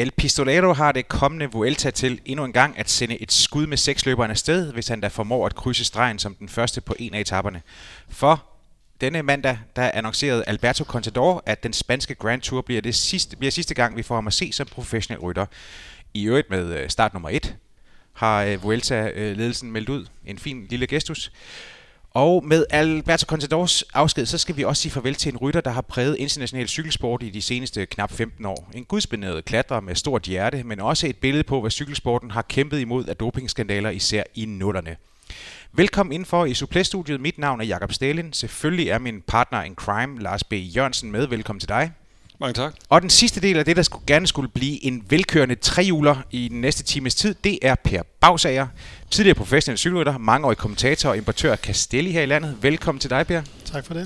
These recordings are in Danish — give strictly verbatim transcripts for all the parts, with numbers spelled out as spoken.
El Pistolero har det kommende Vuelta til endnu en gang at sende et skud med seks løberne afsted, hvis han da formår at krydse stregen som den første på en af etaperne. For denne mandag, der annoncerede Alberto Contador, at den spanske Grand Tour bliver, det sidste, bliver sidste gang, vi får ham at se som professionel rytter. I øvrigt med start nummer et har Vuelta-ledelsen meldt ud. En fin lille gestus. Og med Alberto Contadors afsked, så skal vi også sige farvel til en rytter, der har præget international cykelsport i de seneste knap femten år. En gudsbenæret klatrer med stort hjerte, men også et billede på, hvad cykelsporten har kæmpet imod af dopingskandaler, især i nullerne. Velkommen indenfor i Supplé-studiet. Mit navn er Jakob Stalin. Selvfølgelig er min partner in crime, Lars B. Jørgensen, med. Velkommen til dig. Mange tak. Og den sidste del af det, der skulle, gerne skulle blive en velkørende trehjuler i den næste times tid, det er Per Bausager, tidligere professionel cykelrytter, mangeårig kommentator og importør af Castelli her i landet. Velkommen til dig, Per. Tak for det.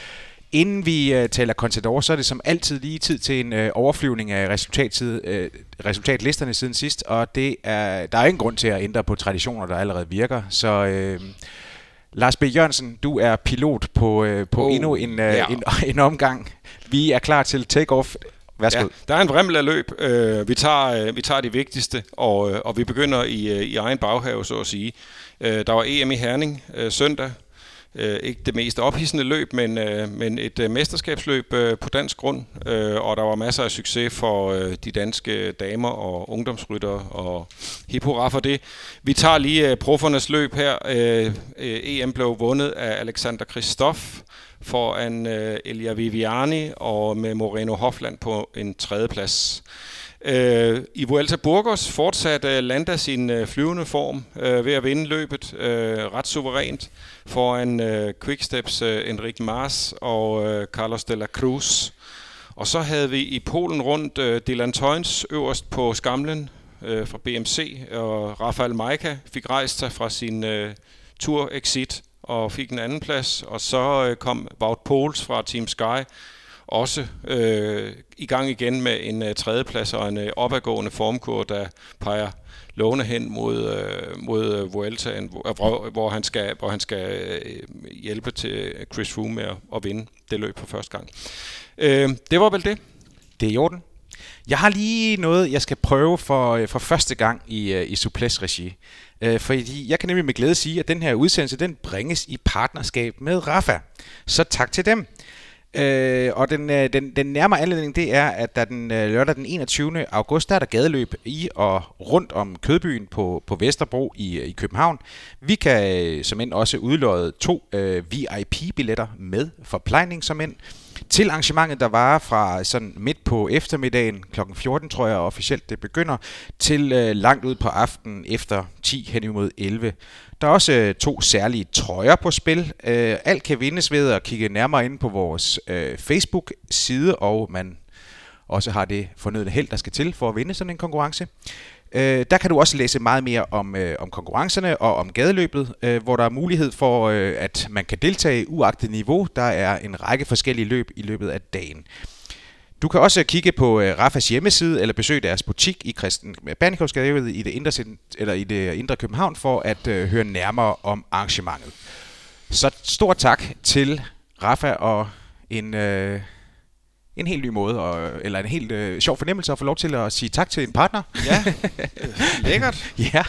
Inden vi uh, taler Contador, så er det som altid lige tid til en uh, overflyvning af resultattid, uh, resultatlisterne siden sidst, og det er, der er ingen grund til at ændre på traditioner, der allerede virker, så... Uh, Lars B. Jørgensen, du er pilot på, uh, på oh, endnu en, uh, yeah. en, en omgang. Vi er klar til take-off. Værsgo. Ja, der er en vrimmel af løb. Uh, vi, tager, uh, vi tager de vigtigste, og, uh, og vi begynder i, uh, i egen baghave, så at sige. Uh, der var E M i Herning uh, søndag. Uh, ikke det mest ophidsende løb, men, uh, men et uh, mesterskabsløb uh, på dansk grund. Uh, og der var masser af succes for uh, de danske damer og ungdomsryttere, og hip hurra for det. Vi tager lige uh, proffernes løb her. Uh, uh, E M blev vundet af Alexander Kristoff foran uh, Elia Viviani og med Moreno Hofland på en tredjeplads. Uh, I Vuelta Burgos fortsatte uh, Landa sin uh, flyvende form uh, ved at vinde løbet uh, ret suverænt foran uh, Quicksteps uh, Enric Mas og uh, Carlos de la Cruz. Og så havde vi i Polen rundt uh, Dylan Teuns øverst på skamlen uh, fra B M C, og Rafael Majka fik rejst sig fra sin uh, Tour-exit og fik en anden plads, og så uh, kom Wout Poels fra Team Sky også øh, i gang igen med en uh, tredjeplads og en uh, opadgående formkurve, der peger lovende hen mod, uh, mod uh, Vueltaen, hvor, hvor han skal, hvor han skal uh, hjælpe til Chris Froome med at, at vinde det løb for første gang. Uh, det var vel det. Det er i orden. Jeg har lige noget, jeg skal prøve for, for første gang i, i Supplés regi. Uh, fordi jeg kan nemlig med glæde sige, at den her udsendelse, den bringes i partnerskab med Rapha. Så tak til dem. Øh, og den, den, den nærmere anledning, det er, at der den lørdag den enogtyvende august, der er der gadeløb i og rundt om Kødbyen på, på Vesterbro i, i København. Vi kan som end også udlodde to øh, V I P-billetter med forplejning som end til arrangementet, der varer fra sådan midt på eftermiddagen klokken fjorten, tror jeg officielt det begynder, til øh, langt ud på aftenen efter ti hen imod elleve. Der er også øh, to særlige trøjer på spil. Øh, alt kan vindes ved at kigge nærmere ind på vores øh, Facebook-side, og man også har det fornødne held, der skal til for at vinde sådan en konkurrence. Øh, der kan du også læse meget mere om, øh, om konkurrencerne og om gadeløbet, øh, hvor der er mulighed for, øh, at man kan deltage uagtet niveau. Der er en række forskellige løb i løbet af dagen. Du kan også kigge på øh, Raffas hjemmeside eller besøge deres butik i Christen Bannekovsgade i det indre, eller i det indre København for at øh, høre nærmere om arrangementet. Så stort tak til Raffa og en... Øh, En helt ny måde, og, eller en helt øh, sjov fornemmelse at få lov til at sige tak til en partner. Ja, lækkert. Ja,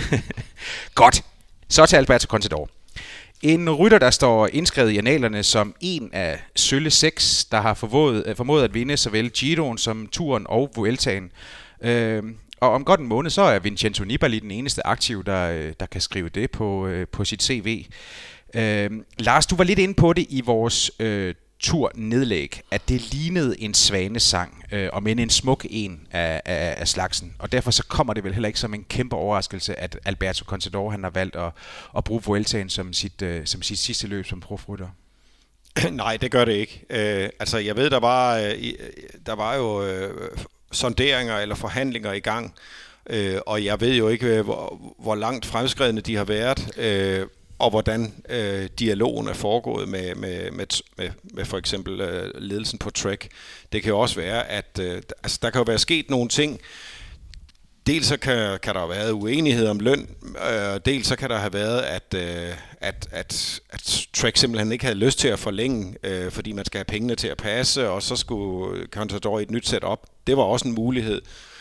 godt. Så til Alberto Contador. En rytter, der står indskrevet i annalerne som en af sølle seks, der har formået, formået at vinde såvel Giroen som Touren og Vueltaen. Øh, og om godt en måned, så er Vincenzo Nibali den eneste aktiv, der, der kan skrive det på, på sit C V. Øh, Lars, du var lidt inde på det i vores øh, turnedlæg, at det lignede en svanesang, øh, og men en smuk en af, af, af slagsen. Og derfor så kommer det vel heller ikke som en kæmpe overraskelse, at Alberto Contador han har valgt at, at bruge Vueltaen som sit, øh, som sit sidste løb som profrytter. Nej, det gør det ikke. Øh, altså, jeg ved, der var, øh, der var jo øh, sonderinger eller forhandlinger i gang, øh, og jeg ved jo ikke, hvor, hvor langt fremskredne de har været, øh, og hvordan øh, dialogen er foregået med, med, med, med, med for eksempel øh, ledelsen på Trek. Det kan jo også være, at øh, altså, der kan jo være sket nogle ting. Dels så kan, kan der have været uenighed om løn, øh, dels så kan der have været, at, øh, at, at, at Trek simpelthen ikke havde lyst til at forlænge, øh, fordi man skal have pengene til at passe, og så skulle Contador i et nyt setup. Det var også en mulighed.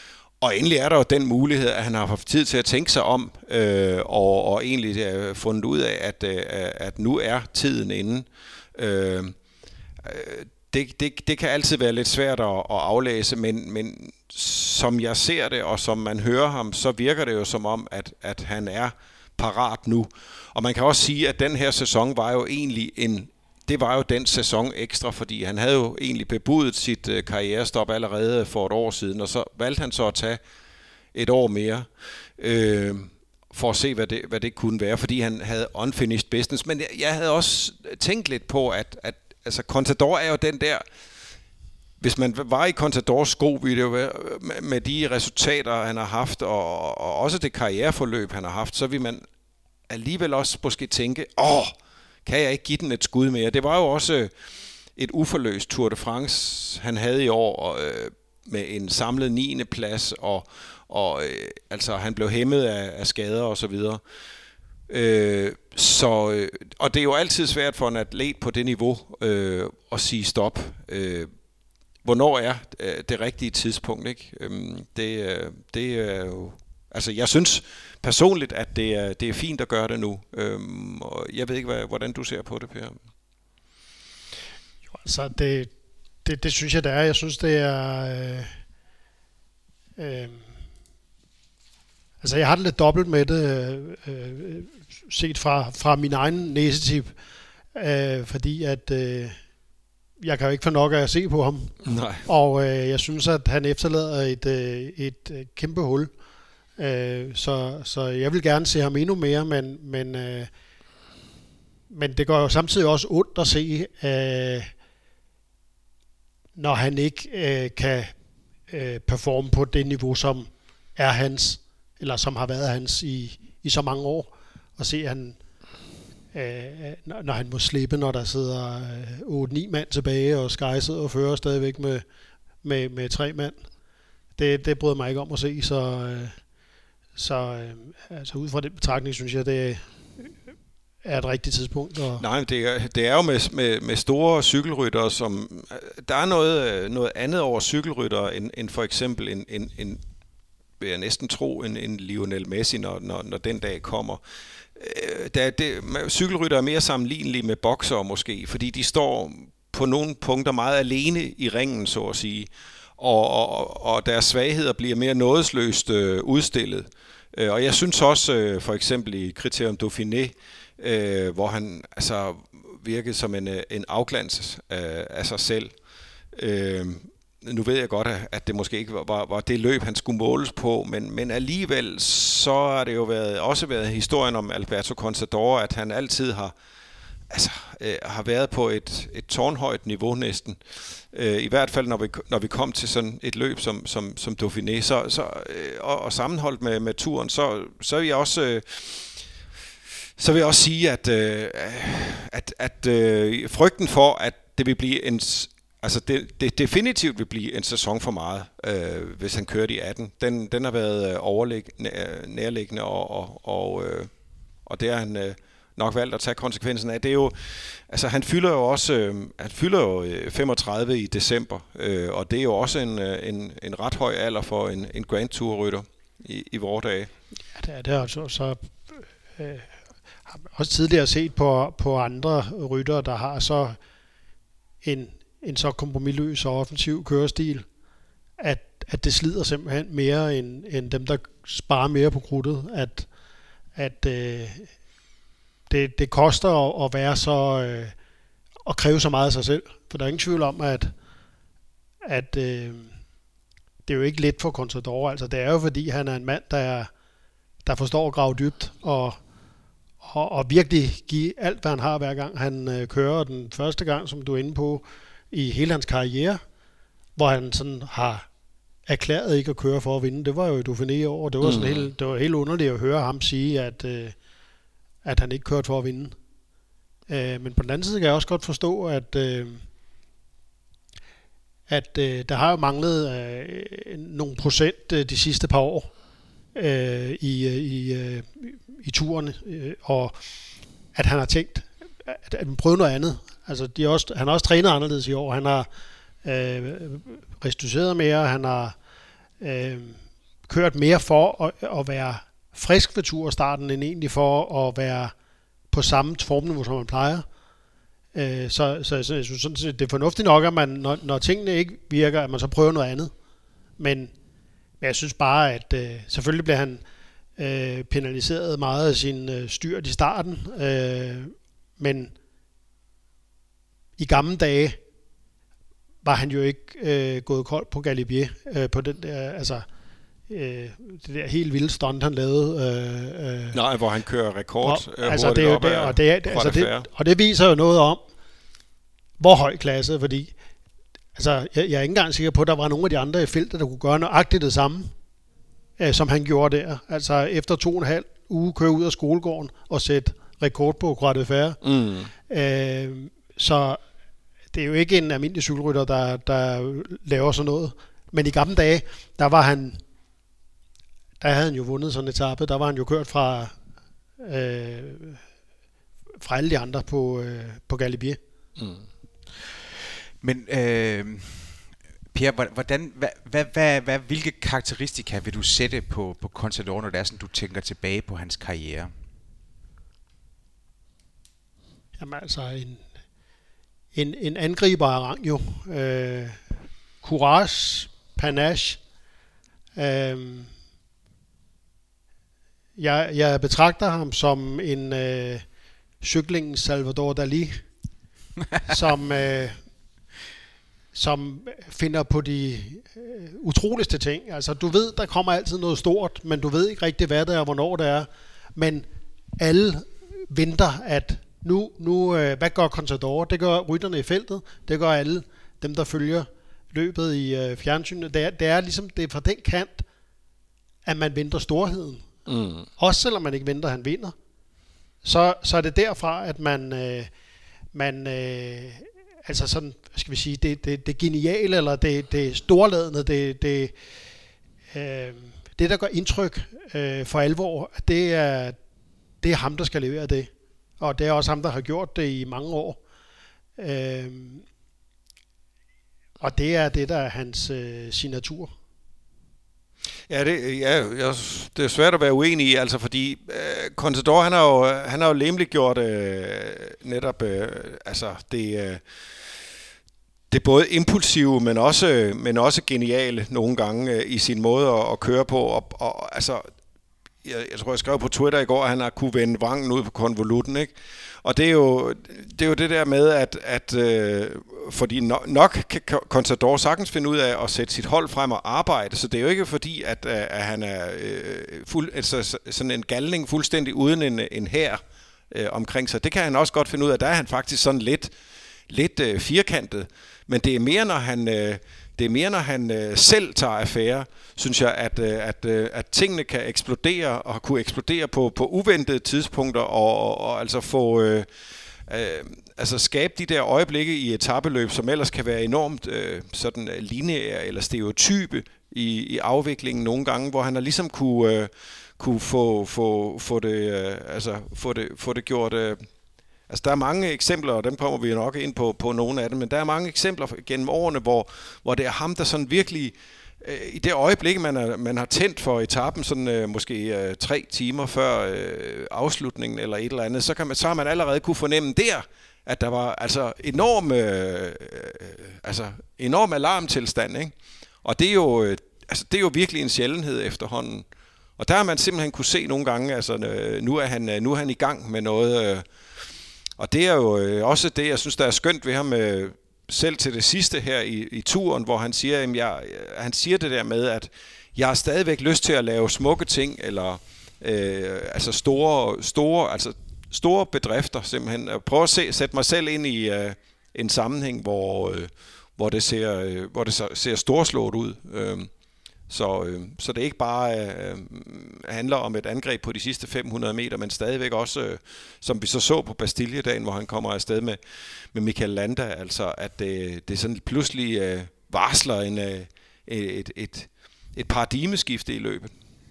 Og endelig er der jo den mulighed, at han har haft tid til at tænke sig om, øh, og, og egentlig øh, fundet ud af, at, øh, at nu er tiden inde. Øh, det, det, det kan altid være lidt svært at, at aflæse, men, men som jeg ser det, og som man hører ham, så virker det jo som om, at, at han er parat nu. Og man kan også sige, at den her sæson var jo egentlig en, det var jo den sæson ekstra, fordi han havde jo egentlig bebudet sit øh, karrierestop allerede for et år siden, og så valgte han så at tage et år mere, øh, for at se, hvad det, hvad det kunne være, fordi han havde unfinished business. Men jeg, jeg havde også tænkt lidt på, at, at altså, Contador er jo den der, hvis man var i Contadors sko, ville det jo være, med de resultater, han har haft, og, og også det karriereforløb, han har haft, så vil man alligevel også måske tænke, åh, kan jeg ikke give den et skud mere? Det var jo også et uforløst Tour de France, han havde i år, øh, med en samlet niende plads, og, og øh, altså, han blev hæmmet af, af skader og så videre. Øh, så, øh, og det er jo altid svært for en atlet på det niveau øh, at sige stop. Øh, hvornår er øh, det rigtige tidspunkt, ikke? Øh, det, øh, det er jo... Altså, jeg synes personligt, at det er, det er fint at gøre det nu. Øhm, og jeg ved ikke, hvad, hvordan du ser på det, Per. Jo, altså, det, det, det synes jeg, det er. Jeg synes, det er... Øh, øh, altså, jeg har det lidt dobbelt med det, øh, set fra, fra min egen næsetip. Øh, fordi at... Øh, jeg kan jo ikke få nok af at se på ham. Nej. Og øh, jeg synes, at han efterlader et, øh, et, et kæmpe hul. Øh, så, så jeg vil gerne se ham endnu mere, men, men, øh, men det går jo samtidig også ondt at se, øh, når han ikke øh, kan øh, performe på det niveau, som er hans, eller som har været hans i, i så mange år, og se han, øh, når, når han må slippe, når der sidder øh, otte ni mand tilbage, og Sky sidder og fører stadigvæk med, med, med tre mand. Det, det bryder mig ikke om at se, så... Øh, Så øh, altså ud fra den betragtning, synes jeg, det er et rigtigt tidspunkt. Og Nej, det er, det er jo med, med, med store cykelryttere, som... Der er noget, noget andet over cykelryttere, end, end for eksempel en, en, en, vil jeg næsten tro, en, en Lionel Messi, når, når, når den dag kommer. Der, det, cykelryttere er mere sammenlignelige med boksere måske, fordi de står på nogle punkter meget alene i ringen, så at sige. Og, og, og deres svagheder bliver mere nådesløst øh, udstillet. Øh, og jeg synes også, øh, for eksempel i Criterium Dauphiné, øh, hvor han altså virkede som en, en afglans af, af sig selv. Øh, nu ved jeg godt, at det måske ikke var, var det løb, han skulle måles på, men, men alligevel så har det jo været, også været historien om Alberto Contador, at han altid har altså, øh, har været på et, et tårnhøjt niveau næsten. Øh, I hvert fald, når vi, når vi kom til sådan et løb som, som, som Dauphiné, så, så, øh, og, og sammenholdt med, med turen, så, så vil jeg også... Øh, så vil jeg også sige, at, øh, at, at øh, frygten for, at det vil blive en... Altså, det, det definitivt vil blive en sæson for meget, øh, hvis han kørte i atten. Den, den har været overlæg, nærliggende, og, og, og, øh, og det har han... Øh, nok valgt at tage konsekvensen af. Det er jo, altså han fylder jo også, øh, han fylder jo femogtredive i december, øh, og det er jo også en, en, en ret høj alder for en, en Grand Tour-rytter i, i vore dage. Ja, det er det også. Så øh, har også tidligere set på, på andre ryttere, der har så en, en så kompromisløs og offensiv kørestil, at, at det slider simpelthen mere end, end dem, der sparer mere på krudtet, at, at øh, Det, det koster at, at være så øh, at kræve så meget af sig selv, for der er ingen tvivl om, at, at øh, det er jo ikke let for Contador. Altså det er jo fordi han er en mand, der er, der forstår at grave dybt og, og, og virkelig give alt, hvad han har hver gang han øh, kører. Den første gang, som du er inde på i hele hans karriere, hvor han sådan har erklæret ikke at køre for at vinde. Det var jo i Dauphiné i år. Det var sådan mm. helt, det var helt underligt at høre ham sige, at øh, at han ikke kørte for at vinde. Øh, men på den anden side kan jeg også godt forstå, at, øh, at øh, der har jo manglet øh, nogle procent øh, de sidste par år øh, i, i, øh, i turen, øh, og at han har tænkt, at, at prøve noget andet. Altså, de er også, han har også trænet anderledes i år. Han har øh, restitueret mere, han har øh, kørt mere for at, at være frisk ved turstarten, end egentlig for at være på samme formniveau, som man plejer. Øh, så, så, så jeg synes sådan set, det er fornuftigt nok, at man, når, når tingene ikke virker, at man så prøver noget andet. Men, men jeg synes bare, at øh, selvfølgelig bliver han øh, penaliseret meget af sin øh, styrt i starten, øh, men i gamle dage var han jo ikke øh, gået kold på Galibier, øh, på den der, altså øh, det der helt vilde stunt, han lavede. Øh, øh, Nej, hvor han kører rekord. og, øh, altså det er jo der, og, det, er, altså det det, og det viser jo noget om, hvor høj klasse, fordi altså, jeg, jeg er ikke engang sikker på, at der var nogle af de andre i feltet, der kunne gøre nøjagtigt det samme, øh, som han gjorde der. Altså efter to og en halv uge køre ud af skolegården og sætte rekord på Croix de Fer. Mm. Øh, så det er jo ikke en almindelig cykelrytter, der, der laver sådan noget. Men i gamle dage, der var han, der havde han jo vundet sådan en etape. Der var han jo kørt fra, øh, fra alle de andre på, øh, på Galibier. Mm. Men øh, Per, hvordan, hvad, hvad, hvad, hvad, hvilke karakteristika vil du sætte på, på Contador, når det er sådan, du tænker tilbage på hans karriere? Jamen altså, en, en, en angriber af rang jo. Øh, courage, panache. Øh, jeg, jeg betragter ham som en øh, cyklingens Salvador Dalí, som... Øh, som finder på de øh, utroligste ting. Altså, du ved, der kommer altid noget stort, men du ved ikke rigtig, hvad det er og hvornår det er. Men alle venter, at nu, nu øh, hvad gør Contador? Det gør rytterne i feltet, det gør alle dem, der følger løbet i øh, fjernsynet. Det er, det er ligesom, det er fra den kant, at man venter storheden. Mm. Også selvom man ikke venter, at han vinder. Så, så er det derfra, at man... Øh, man øh, altså sådan, skal vi sige, det, det, det geniale, eller det, det storladende, det, det, øh, det der gør indtryk øh, for alvor, det er, det er ham, der skal levere det. Og det er også ham, der har gjort det i mange år. Øh, og det er det, der er hans øh, signatur. Ja, det, ja, det er svært at være uenig i, altså fordi øh, Contador, han har jo, han har jo lemligt gjort øh, netop, øh, altså det, øh, det er både impulsive, men også, men også geniale nogle gange øh, i sin måde at, at køre på, og, og altså, jeg, jeg tror, jeg skrev på Twitter i går, at han har kunne vende vrangen ud på konvolutten, ikke? Og det er jo det, er jo det der med, at, at øh, fordi no, nok kan Contador sagtens finde ud af at sætte sit hold frem og arbejde, så det er jo ikke fordi, at, at han er øh, fuld, altså, sådan en galning fuldstændig uden en, en hær øh, omkring sig. Det kan han også godt finde ud af. Der er han faktisk sådan lidt, lidt øh, firkantet, men det er mere, når han... Øh, Det er mere, når han øh, selv tager affære, synes jeg, at, øh, at, øh, at tingene kan eksplodere, og kunne eksplodere på, på uventede tidspunkter, og, og, og altså få øh, øh, altså skabe de der øjeblikke i etapeløb, som ellers kan være enormt øh, sådan lineære eller stereotype i, i afviklingen nogle gange, hvor han har ligesom kunne, øh, kunne få, få, få, det, øh, altså, få, det, få det gjort... Øh, Altså, der er mange eksempler, og dem kommer vi nok ind på, på nogle af dem, men der er mange eksempler gennem årene, hvor, hvor det er ham, der sådan virkelig, øh, i det øjeblik, man, er, man har tændt for etappen, sådan øh, måske øh, tre timer før øh, afslutningen eller et eller andet, så, kan man, så har man allerede kunne fornemme der, at der var altså enorm, øh, øh, altså, enorm alarmtilstand, ikke? Og det er, jo, øh, altså, det er jo virkelig en sjældenhed efterhånden. Og der har man simpelthen kunne se nogle gange, altså øh, nu, er han, øh, nu er han i gang med noget... Øh, Og det er jo øh, også det, jeg synes, der er skønt ved ham, øh, selv til det sidste her i, i turen, hvor han siger, jamen jeg, han siger det der med, at jeg har stadigvæk lyst til at lave smukke ting, eller øh, altså store, store, altså store bedrifter simpelthen. Prøve at se, sætte mig selv ind i øh, en sammenhæng, hvor, øh, hvor det ser, øh, hvor det ser storslået ud. Øh. Så, øh, så det ikke bare øh, handler om et angreb på de sidste fem hundrede meter, men stadigvæk også, øh, som vi så så på Bastille-dagen, hvor han kommer afsted med, med Mikel Landa, altså at det, det sådan pludselig øh, varsler en, øh, et, et, et paradigmeskifte i løbet.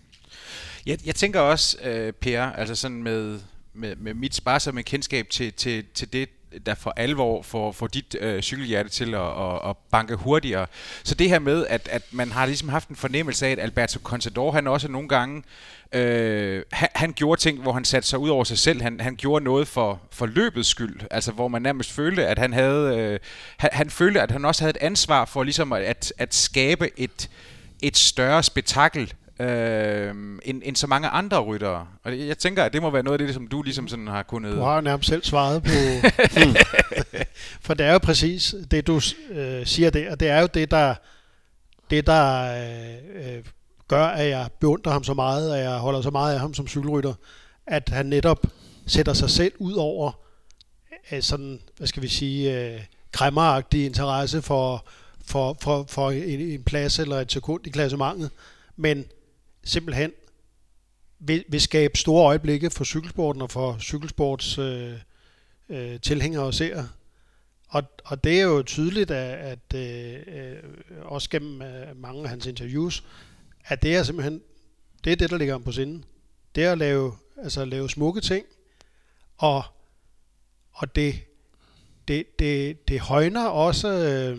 Jeg, jeg tænker også, øh, Per, altså sådan med, med, med mit sparsomme kendskab til, til, til det, der for alvor får, får dit øh, cykelhjerte til at, at, at banke hurtigere. Så det her med, at, at man har ligesom haft en fornemmelse af, at Alberto Contador, han også nogle gange, øh, han, han gjorde ting, hvor han satte sig ud over sig selv. Han, han gjorde noget for, for løbets skyld, altså hvor man nærmest følte, at han havde, øh, han, han følte, at han også havde et ansvar for ligesom at, at skabe et, et større spektakel, Øh, end, end så mange andre ryttere. Og jeg tænker, at det må være noget af det, som du ligesom sådan har kunnet... Du har jo nærmest selv svaret på... For det er jo præcis det, du øh, siger der. Det er jo det, der, det, der øh, gør, at jeg beundrer ham så meget, at jeg holder så meget af ham som cykelrytter, at han netop sætter sig selv ud over øh, sådan, hvad skal vi sige, øh, kræmmeragtig interesse for, for, for, for en, en plads eller et sekund i klassementet, men simpelthen vil, vil skabe store øjeblikke for cykelsporten og for cykelsports øh, øh, tilhængere og seere. Og, og det er jo tydeligt, at, at øh, også gennem øh, mange af hans interviews, at det er simpelthen det er det, der ligger ham på sinde. Det er at lave, altså lave smukke ting, og, og det, det, det, det højner også... Øh,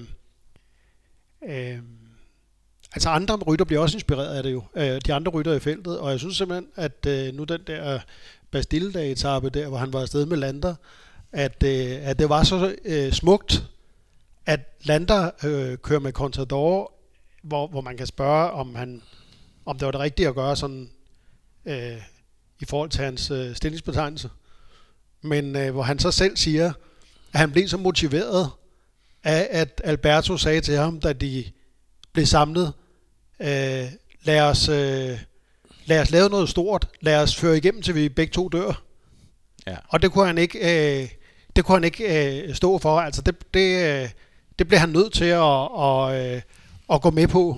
øh, Altså andre rytter bliver også inspireret af det jo, de andre rytter i feltet, og jeg synes simpelthen, at øh, nu den der Bastille-etape der, hvor han var afsted med Lander, at, øh, at det var så øh, smukt, at Lander øh, kører med Contador, hvor, hvor man kan spørge, om, han, om det var det rigtige at gøre sådan øh, i forhold til hans øh, stillingsbetegnelse. Men øh, hvor han så selv siger, at han blev så motiveret af, at Alberto sagde til ham, da de blev samlet, øh, lad, os, øh, lad os lave noget stort, lad os føre igennem, til vi begge to dør. Ja. Og det kunne han ikke, øh, det kunne han ikke øh, stå for. Altså det, det, øh, det blev han nødt til at, og, øh, at gå med på.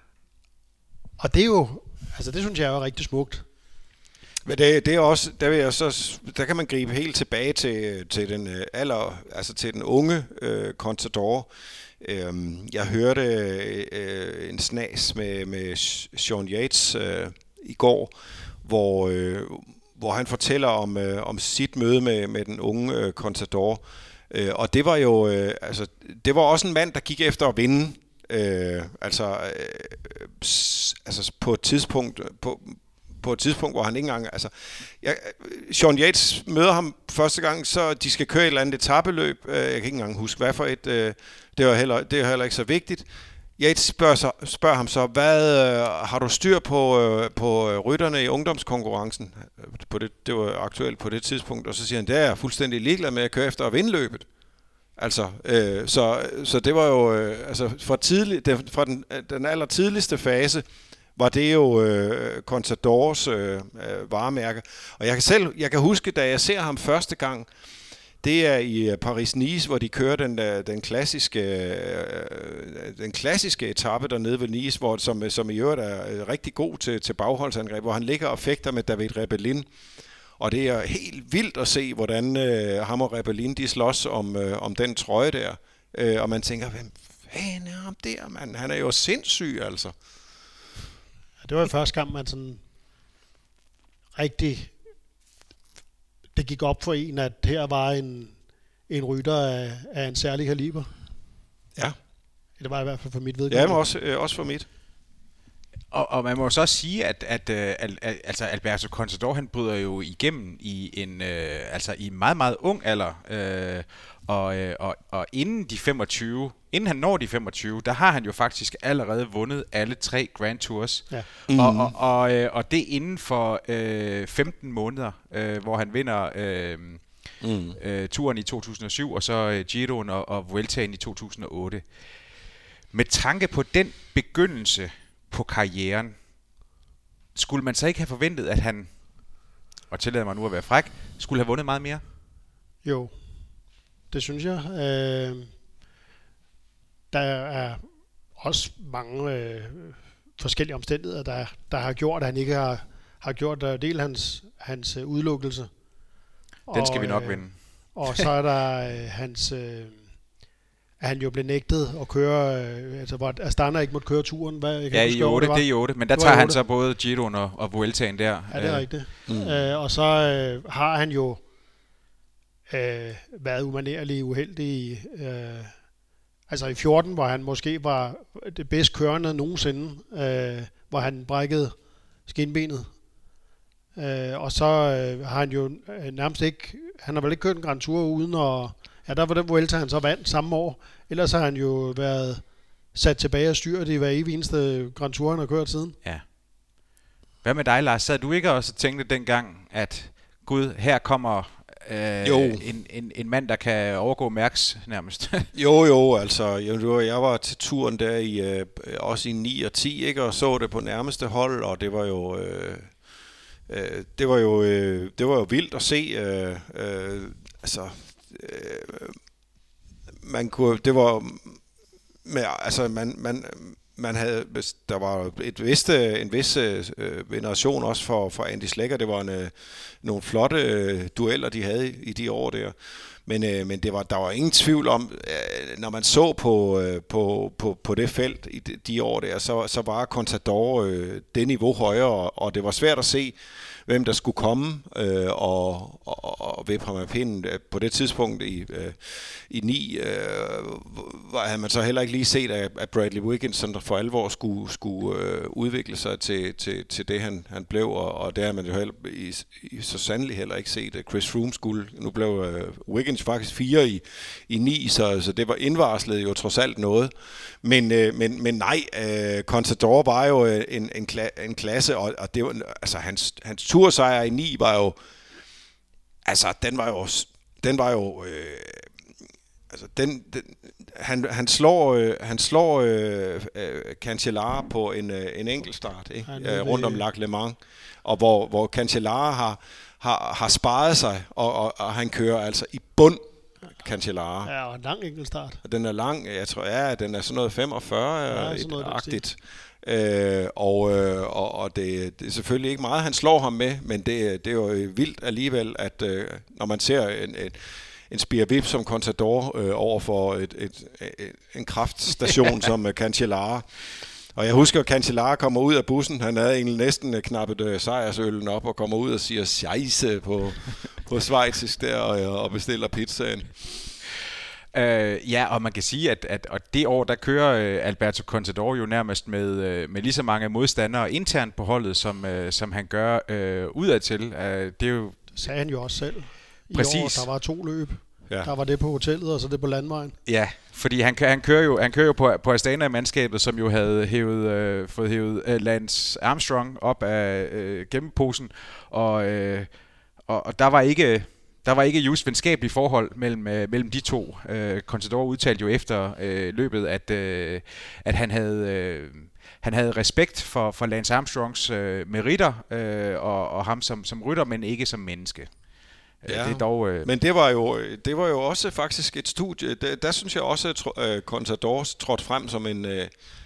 Og det er jo, altså det synes jeg er rigtig smukt. Men det, det er også, der vil jeg så, der kan man gribe helt tilbage til, til den alder, altså til den unge øh, Contador. Jeg hørte øh, en snas med, med Sean Yates øh, i går, hvor, øh, hvor han fortæller om, øh, om sit møde med, med den unge øh, Contador. Øh, og det var jo øh, altså, det var også en mand, der gik efter at vinde. Øh, altså, øh, altså på et tidspunkt... På, på et tidspunkt, hvor han ikke engang... Altså, jeg, Sean Yates møder ham første gang, så de skal køre et eller andet etapeløb. Jeg kan ikke engang huske, hvad for et... Det er heller, det er heller ikke så vigtigt. Yates spørger, så, spørger ham så, hvad har du styr på, på rytterne i ungdomskonkurrencen? På det, det var aktuelt på det tidspunkt. Og så siger han, det er jeg fuldstændig ligeglad med at køre efter at vinde løbet. Altså, øh, så, så det var jo... Øh, altså, fra, tidlig, det, fra den, den aller tidligste fase, var det jo øh, Contadors øh, varemærke. Og jeg kan selv, jeg kan huske, da jeg ser ham første gang, det er i Paris-Nice, hvor de kører den, den klassiske, øh, den klassiske etape dernede ved Nice, hvor, som, som i øvrigt er rigtig god til, til bagholdsangreb, hvor han ligger og fægter med David Rebellin. Og det er helt vildt at se, hvordan øh, ham og Rebellin, de slås om, øh, om den trøje der. Øh, og man tænker, hvem fanden er ham der, mand? Han er jo sindssyg, altså. Det var første gang, man sådan rigtig, det gik op for en, at her var en, en rytter af, af en særlig kaliber. Ja. Det var i hvert fald for mit vedkommende. Ja, men også, øh, også for mit. Og, og man må så også sige, at, at, at, at altså Alberto Contador, han bryder jo igennem i en øh, altså i meget meget ung alder, øh, og, øh, og og inden de femogtyve, inden han når de femogtyve, der har han jo faktisk allerede vundet alle tre Grand Tours. Ja. Mm. Og og og, øh, og det inden for øh, femten måneder, øh, hvor han vinder øh, mm. øh, turen i to tusind og syv og så øh, Giroen og, og Vueltaen i to tusind og otte. Med tanke på den begyndelse på karrieren, skulle man så ikke have forventet, at han, og tillader mig nu at være fræk, skulle have vundet meget mere? Jo, det synes jeg. Øh, der er også mange øh, forskellige omstændigheder, der, der har gjort, at han ikke har, har gjort uh, del hans, hans uh, udelukkelse. Den skal og, vi nok øh, vinde. Og så er der øh, hans... Øh, at han jo blev nægtet at køre, øh, altså hvor Astana ikke måtte køre turen. Hvad, jeg kan ja, huske, i otte, det, det er i otte, men der tager han så både Giroen og, og Vueltaen der. Ja, det er øh. rigtigt. Mm. Øh, og så øh, har han jo øh, været umanerlig uheldig. Øh, altså i fjorten, hvor han måske var det bedst kørende nogensinde, øh, hvor han brækkede skinbenet. Øh, og så øh, har han jo øh, nærmest ikke, han har vel ikke kørt en Grand Tour uden at, ja, der var den Vuelta, han så vandt samme år. Ellers har han jo været sat tilbage og styret i hver evig eneste Grand Tour, han har kørt siden. Ja. Hvad med dig, Lars? Sad du ikke også og tænkte dengang, at gud, her kommer øh, en, en, en mand, der kan overgå Mærks nærmest? jo, jo, altså, jeg, jeg var til turen der i, øh, også i ni og ti, ikke, og så det på nærmeste hold, og det var jo... Øh, øh, det var jo øh, det var jo vildt at se. Øh, øh, altså, øh, man kunne... Det var... Men, altså, man... man Man havde, der var et vist, en vis øh, veneration også for, for Andy Schlecker. Det var en, øh, nogle flotte øh, dueller, de havde i, i de år der. Men, øh, men det var, der var ingen tvivl om, øh, når man så på, øh, på, på, på det felt i de, de år der, så, så var Contador øh, det niveau højere, og det var svært at se, hvem der skulle komme øh, og, og, og vippe ham af pinden. På det tidspunkt i, øh, i ni øh, havde man så heller ikke lige set, at, at Bradley Wiggins sådan for alvor skulle, skulle øh, udvikle sig til, til, til det, han, han blev, og, og der har man jo heller, i, i, så sandelig heller ikke set, at Chris Froome skulle. Nu blev øh, Wiggins faktisk fire i, i ni, så, så det var indvarslet jo trods alt noget. Men, øh, men, men nej, øh, Contador var jo en, en, kla- en klasse, og, og det var, altså hans, hans tursejr i ni var jo, altså den var jo, den var jo, øh, altså den, den han, han slår, øh, han slår øh, øh, Cancellara på en, øh, en enkeltstart, ikke? Øh, rundt om Lac Le Mans, og hvor, hvor Cancellara har, har, har sparet sig, og, og, og han kører altså i bund, Cancellara. Ja, og en lang enkeltstart. Den er lang, jeg tror, ja, den er sådan noget femogfyrre-agtigt. Ja, øh, og øh, og, og det, det er selvfølgelig ikke meget, han slår ham med, men det, det er jo vildt alligevel, at øh, når man ser en, en, en spirvip som Contador øh, over for et, et, et, en kraftstation som uh, Cancellara. Og jeg husker, at Cancellara kommer ud af bussen. Han havde egentlig næsten knappet øh, sejrsøllen op og kommer ud og siger scheisse på, på schweizisk der og, og bestiller pizzaen. Uh, ja, og man kan sige, at, at og det år, der kører uh, Alberto Contador jo nærmest med, uh, med lige så mange modstandere internt på holdet, som, uh, som han gør uh, udadtil. Uh, det er jo... Det sagde han jo også selv. I Præcis. år, der var to løb. Ja. Der var det på hotellet, og så det på landvejen. Ja, fordi han, han kører jo, han kører jo på, på Astana-mandskabet, som jo havde hævet, øh, fået hævet øh, Lance Armstrong op af øh, gennemposen, og, øh, og, og der var ikke... Der var ikke just venskabelige forhold mellem, øh, mellem de to. Øh, Contador udtalte jo efter øh, løbet, at, øh, at han havde... Øh, Han havde respekt for, for Lance Armstrongs øh, meritter øh, og, og ham som, som rytter, men ikke som menneske. Ja, det er dog, øh... men det var jo det var jo også faktisk et studie. Der, der synes jeg også, at uh, Contador trådte frem som en uh,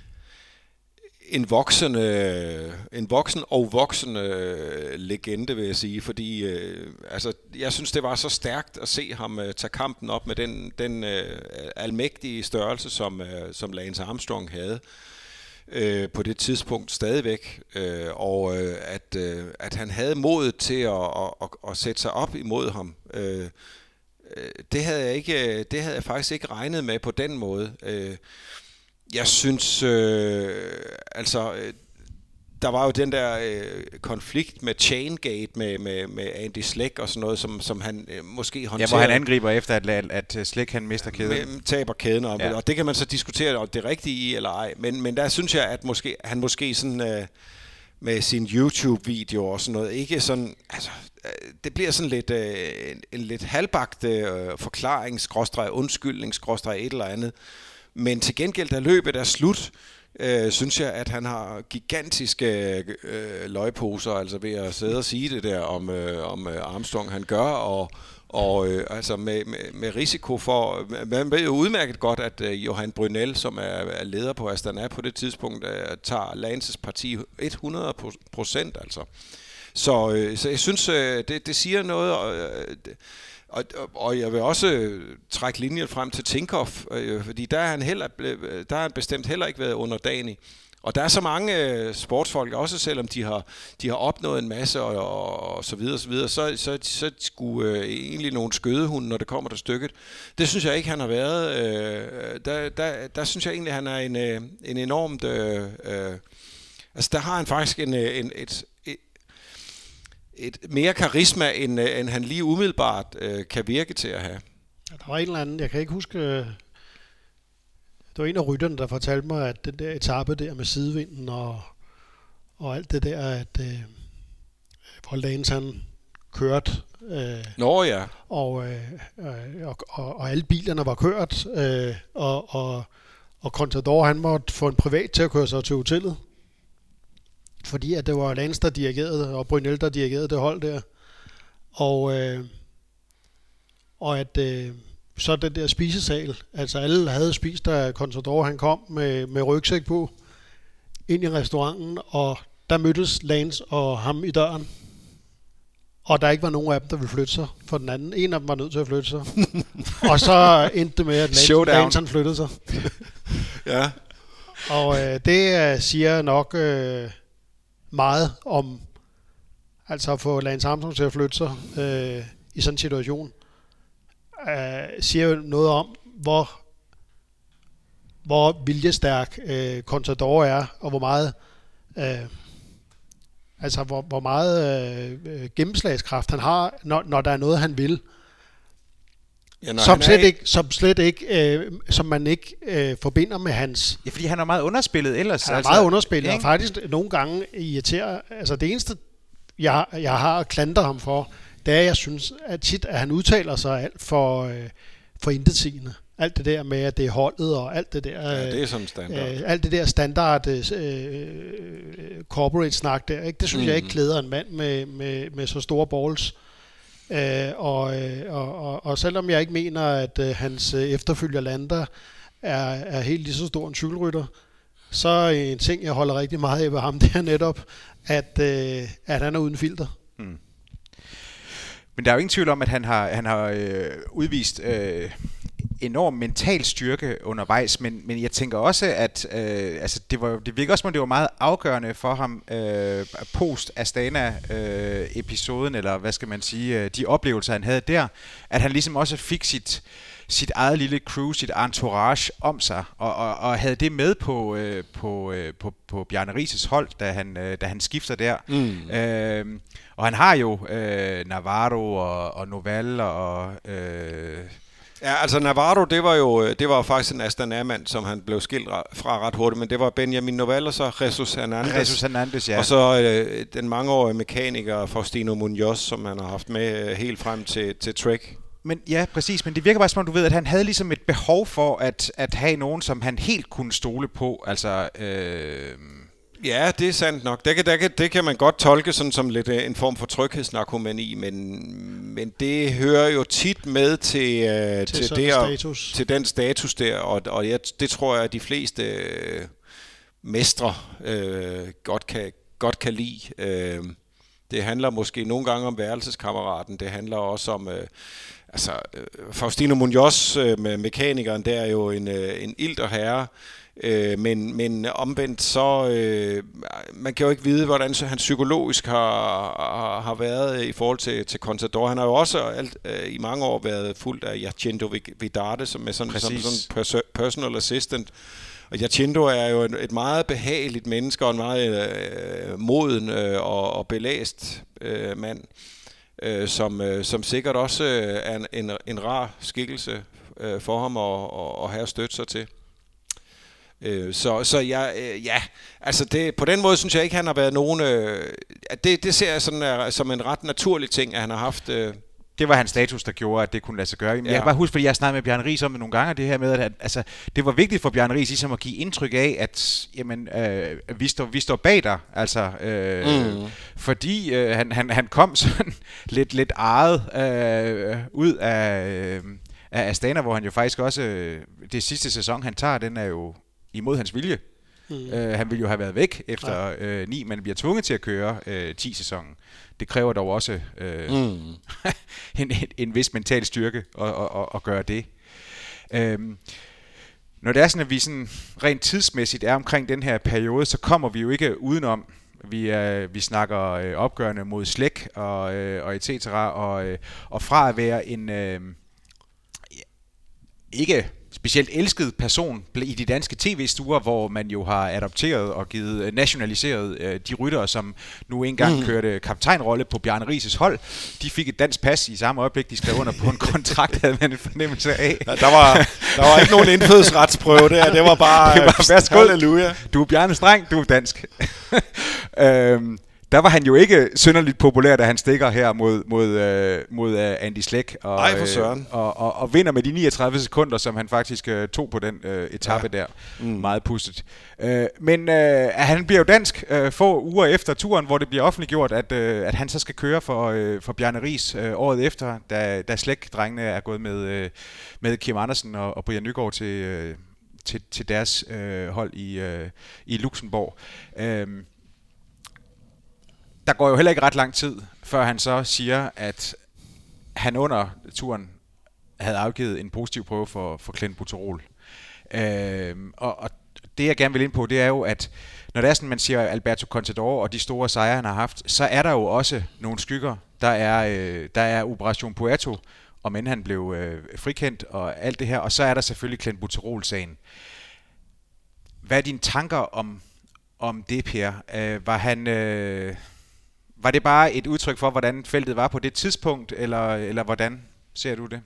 en voksende, en voksen og voksende legende, vil jeg sige, fordi uh, altså jeg synes det var så stærkt at se ham uh, tage kampen op med den den uh, almægtige størrelse som uh, som Lance Armstrong havde. Øh, på det tidspunkt stadigvæk, øh, og øh, at, øh, at han havde modet til at, at, at, at sætte sig op imod ham. Øh, det havde jeg ikke, det havde jeg faktisk ikke regnet med på den måde. Øh, jeg synes, øh, altså, øh, der var jo den der øh, konflikt med Chaingate med, med, med Andy Schleck og sådan noget, som, som han øh, måske håndterer. Ja, hvor han angriber efter, at, at Schleck han mister kæden. Med, taber kæden, og, ja. og det kan man så diskutere, om det er rigtigt i eller ej. Men, men der synes jeg, at måske, han måske sådan, øh, med sin YouTube-video og sådan noget, ikke sådan, altså, øh, det bliver sådan lidt, øh, en, en lidt halvbagt øh, forklaring, skråstreg, undskyldning, skråstreg et eller andet. Men til gengæld, da løbet er slut, Øh, synes jeg, at han har gigantiske øh, løgposer, altså ved at sidde og sige det der om, øh, om øh, Armstrong, han gør, og, og øh, altså med, med, med risiko for... Man ved jo udmærket godt, at øh, Johan Brunel, som er, er leder på Astana på det tidspunkt, øh, tager Lances parti hundrede procent, altså. Så, øh, så jeg synes, øh, det, det siger noget... Øh, det, Og, og jeg vil også trække linjen frem til Tinkoff, øh, fordi der er han heller, der har han bestemt heller ikke været underdanig. Og der er så mange øh, sportsfolk, også selvom de har, de har opnået en masse og, og, og så videre, så, videre så, så, så skulle øh, egentlig nogle skødehunde, når det kommer til stykket. Det synes jeg ikke, han har været. Øh, der, der, der synes jeg egentlig, han er en, øh, en enormt... Øh, øh, altså, der har han faktisk en, en, et, et, et mere karisma, end, end han lige umiddelbart øh, kan virke til at have. Ja, der var en eller anden, jeg kan ikke huske... Det var en af rytterne, der fortalte mig, at den der etape der med sidevinden og, og alt det der, at øh, hvor Lance han kørte. Øh, Nå ja. Og, øh, og, og, og alle bilerne var kørt, øh, og, og, og Contador han måtte få en privat til at køre sig til hotellet. Fordi at det var Lance, der dirigerede, og Brunel, der dirigerede det hold der. Og, øh, og at... Øh, så den der spisesal, altså alle havde spist, da Contador han kom med, med rygsæk på ind i restauranten, og der mødtes Lance og ham i døren, og der ikke var nogen af dem, der ville flytte sig for den anden. En af dem var nødt til at flytte sig. Og så endte det med, at Lance, Lance han flyttede sig. Ja. Og øh, det øh, siger nok øh, meget om altså at få Lance Armstrong til at flytte sig øh, i sådan en situation. Uh, siger jo noget om, hvor hvor viljestærk uh, Contador er, og hvor meget uh, altså hvor, hvor meget uh, gennemslagskraft han har, når, når der er noget, han vil. Ja, som, slet ikke, som slet ikke, uh, som man ikke uh, forbinder med hans... Ja, fordi han er meget underspillet ellers. Han er altså, meget underspillet, ikke? Og faktisk nogle gange irriterer... Altså det eneste, jeg, jeg har at klandre ham for, det er, jeg synes, at tit, at han udtaler sig alt for, øh, for intetsigende. Alt det der med, at det er holdet, og alt det der... Ja, det er sådan standard. Øh, alt det der standard øh, corporate-snak der, ikke? Det synes mm. jeg ikke klæder en mand med, med, med så store balls. Øh, og, og, og, og selvom jeg ikke mener, at øh, hans efterfølger Landa er, er helt lige så stor en cykelrytter, så er en ting, jeg holder rigtig meget af ved ham, det er netop, at, øh, at han er uden filter. Mm. Men der er jo ingen tvivl om, at han har, han har øh, udvist øh, enorm mental styrke undervejs, men, men jeg tænker også, at øh, altså det, var, det virker også, som det var meget afgørende for ham øh, post-Astana-episoden, øh, eller hvad skal man sige, de oplevelser, han havde der, at han ligesom også fik sit, sit eget lille crew, sit entourage om sig, og, og, og havde det med på, øh, på, øh, på, på Bjarne Riis' hold, da han, øh, da han skifter der. Mm. Øh, og han har jo øh, Navarro og, og Noval og... Øh Ja, altså Navarro, det var jo det var faktisk en Astana-mand, som han blev skilt fra ret hurtigt, men det var Benjamin Noval og så Jesus Hernandez. Jesus Hernandez, ja. Og så øh, den mangeårige mekaniker Faustino Munoz, som han har haft med øh, helt frem til, til Trek. Men ja, præcis, men det virker bare som om, du ved, at han havde ligesom et behov for at, at have nogen, som han helt kunne stole på, altså... Øh Ja, det er sandt nok. Det kan, det kan, det kan man godt tolke sådan som lidt en form for tryghedsnarkomani, men, men det hører jo tit med til, uh, til, til, der, til den status der, og, og jeg, det tror jeg, at de fleste uh, mestre uh, godt, kan, godt kan lide. Uh, det handler måske nogle gange om værelseskammeraten, det handler også om... Uh, altså, uh, Faustino Munoz uh, med mekanikeren, der er jo en, uh, en ilter herre. Øh, men, men omvendt så, øh, man kan jo ikke vide, hvordan han psykologisk har, har, har været i forhold til, til Contador. Han har jo også alt, øh, i mange år været fuldt af Jacinto Vidarte, som er sådan, som, sådan personal assistant. Og Jacinto er jo et, et meget behageligt menneske og en meget øh, moden øh, og, og belæst øh, mand, øh, som, øh, som sikkert også øh, er en, en, en rar skikkelse øh, for ham at, at have støtte sig til. Så, så jeg, ja, altså det, på den måde synes jeg ikke, han har været nogen... Øh, det, det ser jeg sådan, er, som en ret naturlig ting, at han har haft... Øh, det var hans status, der gjorde, at det kunne lade sig gøre. Men ja. Jeg kan bare huske, fordi jeg snakkede med Bjarne Riis om det nogle gange, det her med, at altså, det var vigtigt for Bjarne Riis ligesom at give indtryk af, at jamen, øh, vi, står, vi står bag dig. Altså, øh, mm. Fordi øh, han, han, han kom sådan lidt, lidt arret øh, ud af, øh, af Astana, hvor han jo faktisk også... Øh, det sidste sæson, han tager, den er jo... imod hans vilje. Mm. Øh, han ville jo have været væk efter ja. øh, ni, men bliver tvunget til at køre øh, ti sæsonen. Det kræver dog også øh, mm. en, en, en vis mental styrke at, at, at, at gøre det. Øhm, når det er sådan, at vi sådan rent tidsmæssigt er omkring den her periode, så kommer vi jo ikke udenom. Vi, øh, vi snakker øh, opgørende mod slæk og, øh, og et cetera. Og, øh, og fra at være en øh, ikke specielt elsket person i de danske tv-stuer, hvor man jo har adopteret og givet nationaliseret øh, de ryttere, som nu engang mm. kørte kaptajnrolle på Bjarne Riises hold. De fik et dansk pas i samme øjeblik, de skrev under på en kontrakt, havde man en fornemmelse af. Ja, der, var, der var ikke nogen indfødsretsprøve der, det var bare... Det var værsgo, halleluja. Du er Bjarne Streng, du er dansk. øhm, Der var han jo ikke synderligt populær, da han stikker her mod, mod, øh, mod øh, Andy Schleck og, Ej, for søren. øh, og, og, og vinder med de niogtredive sekunder, som han faktisk øh, tog på den øh, etape ja. der. Mm. Meget pustet. Øh, men øh, han bliver jo dansk øh, få uger efter turen, hvor det bliver offentliggjort, at, øh, at han så skal køre for, øh, for Bjarne Riis øh, året efter, da, da Schleck-drengene er gået med, øh, med Kim Andersen og, og Brian Nygaard til, øh, til, til deres øh, hold i, øh, i Luxembourg. Øh, Der går jo heller ikke ret lang tid, før han så siger, at han under turen havde afgivet en positiv prøve for, for Clenbuterol. Øhm, og, og det jeg gerne vil ind på, det er jo, at når det er sådan, man siger Alberto Contador og de store sejre, han har haft, så er der jo også nogle skygger. Der er, øh, der er Operation Puerto, om end han blev øh, frikendt og alt det her. Og så er der selvfølgelig Clenbuterol-sagen. Hvad er dine tanker om, om det, Per? Øh, var han... Øh, Var det bare et udtryk for, hvordan feltet var på det tidspunkt, eller, eller hvordan ser du det?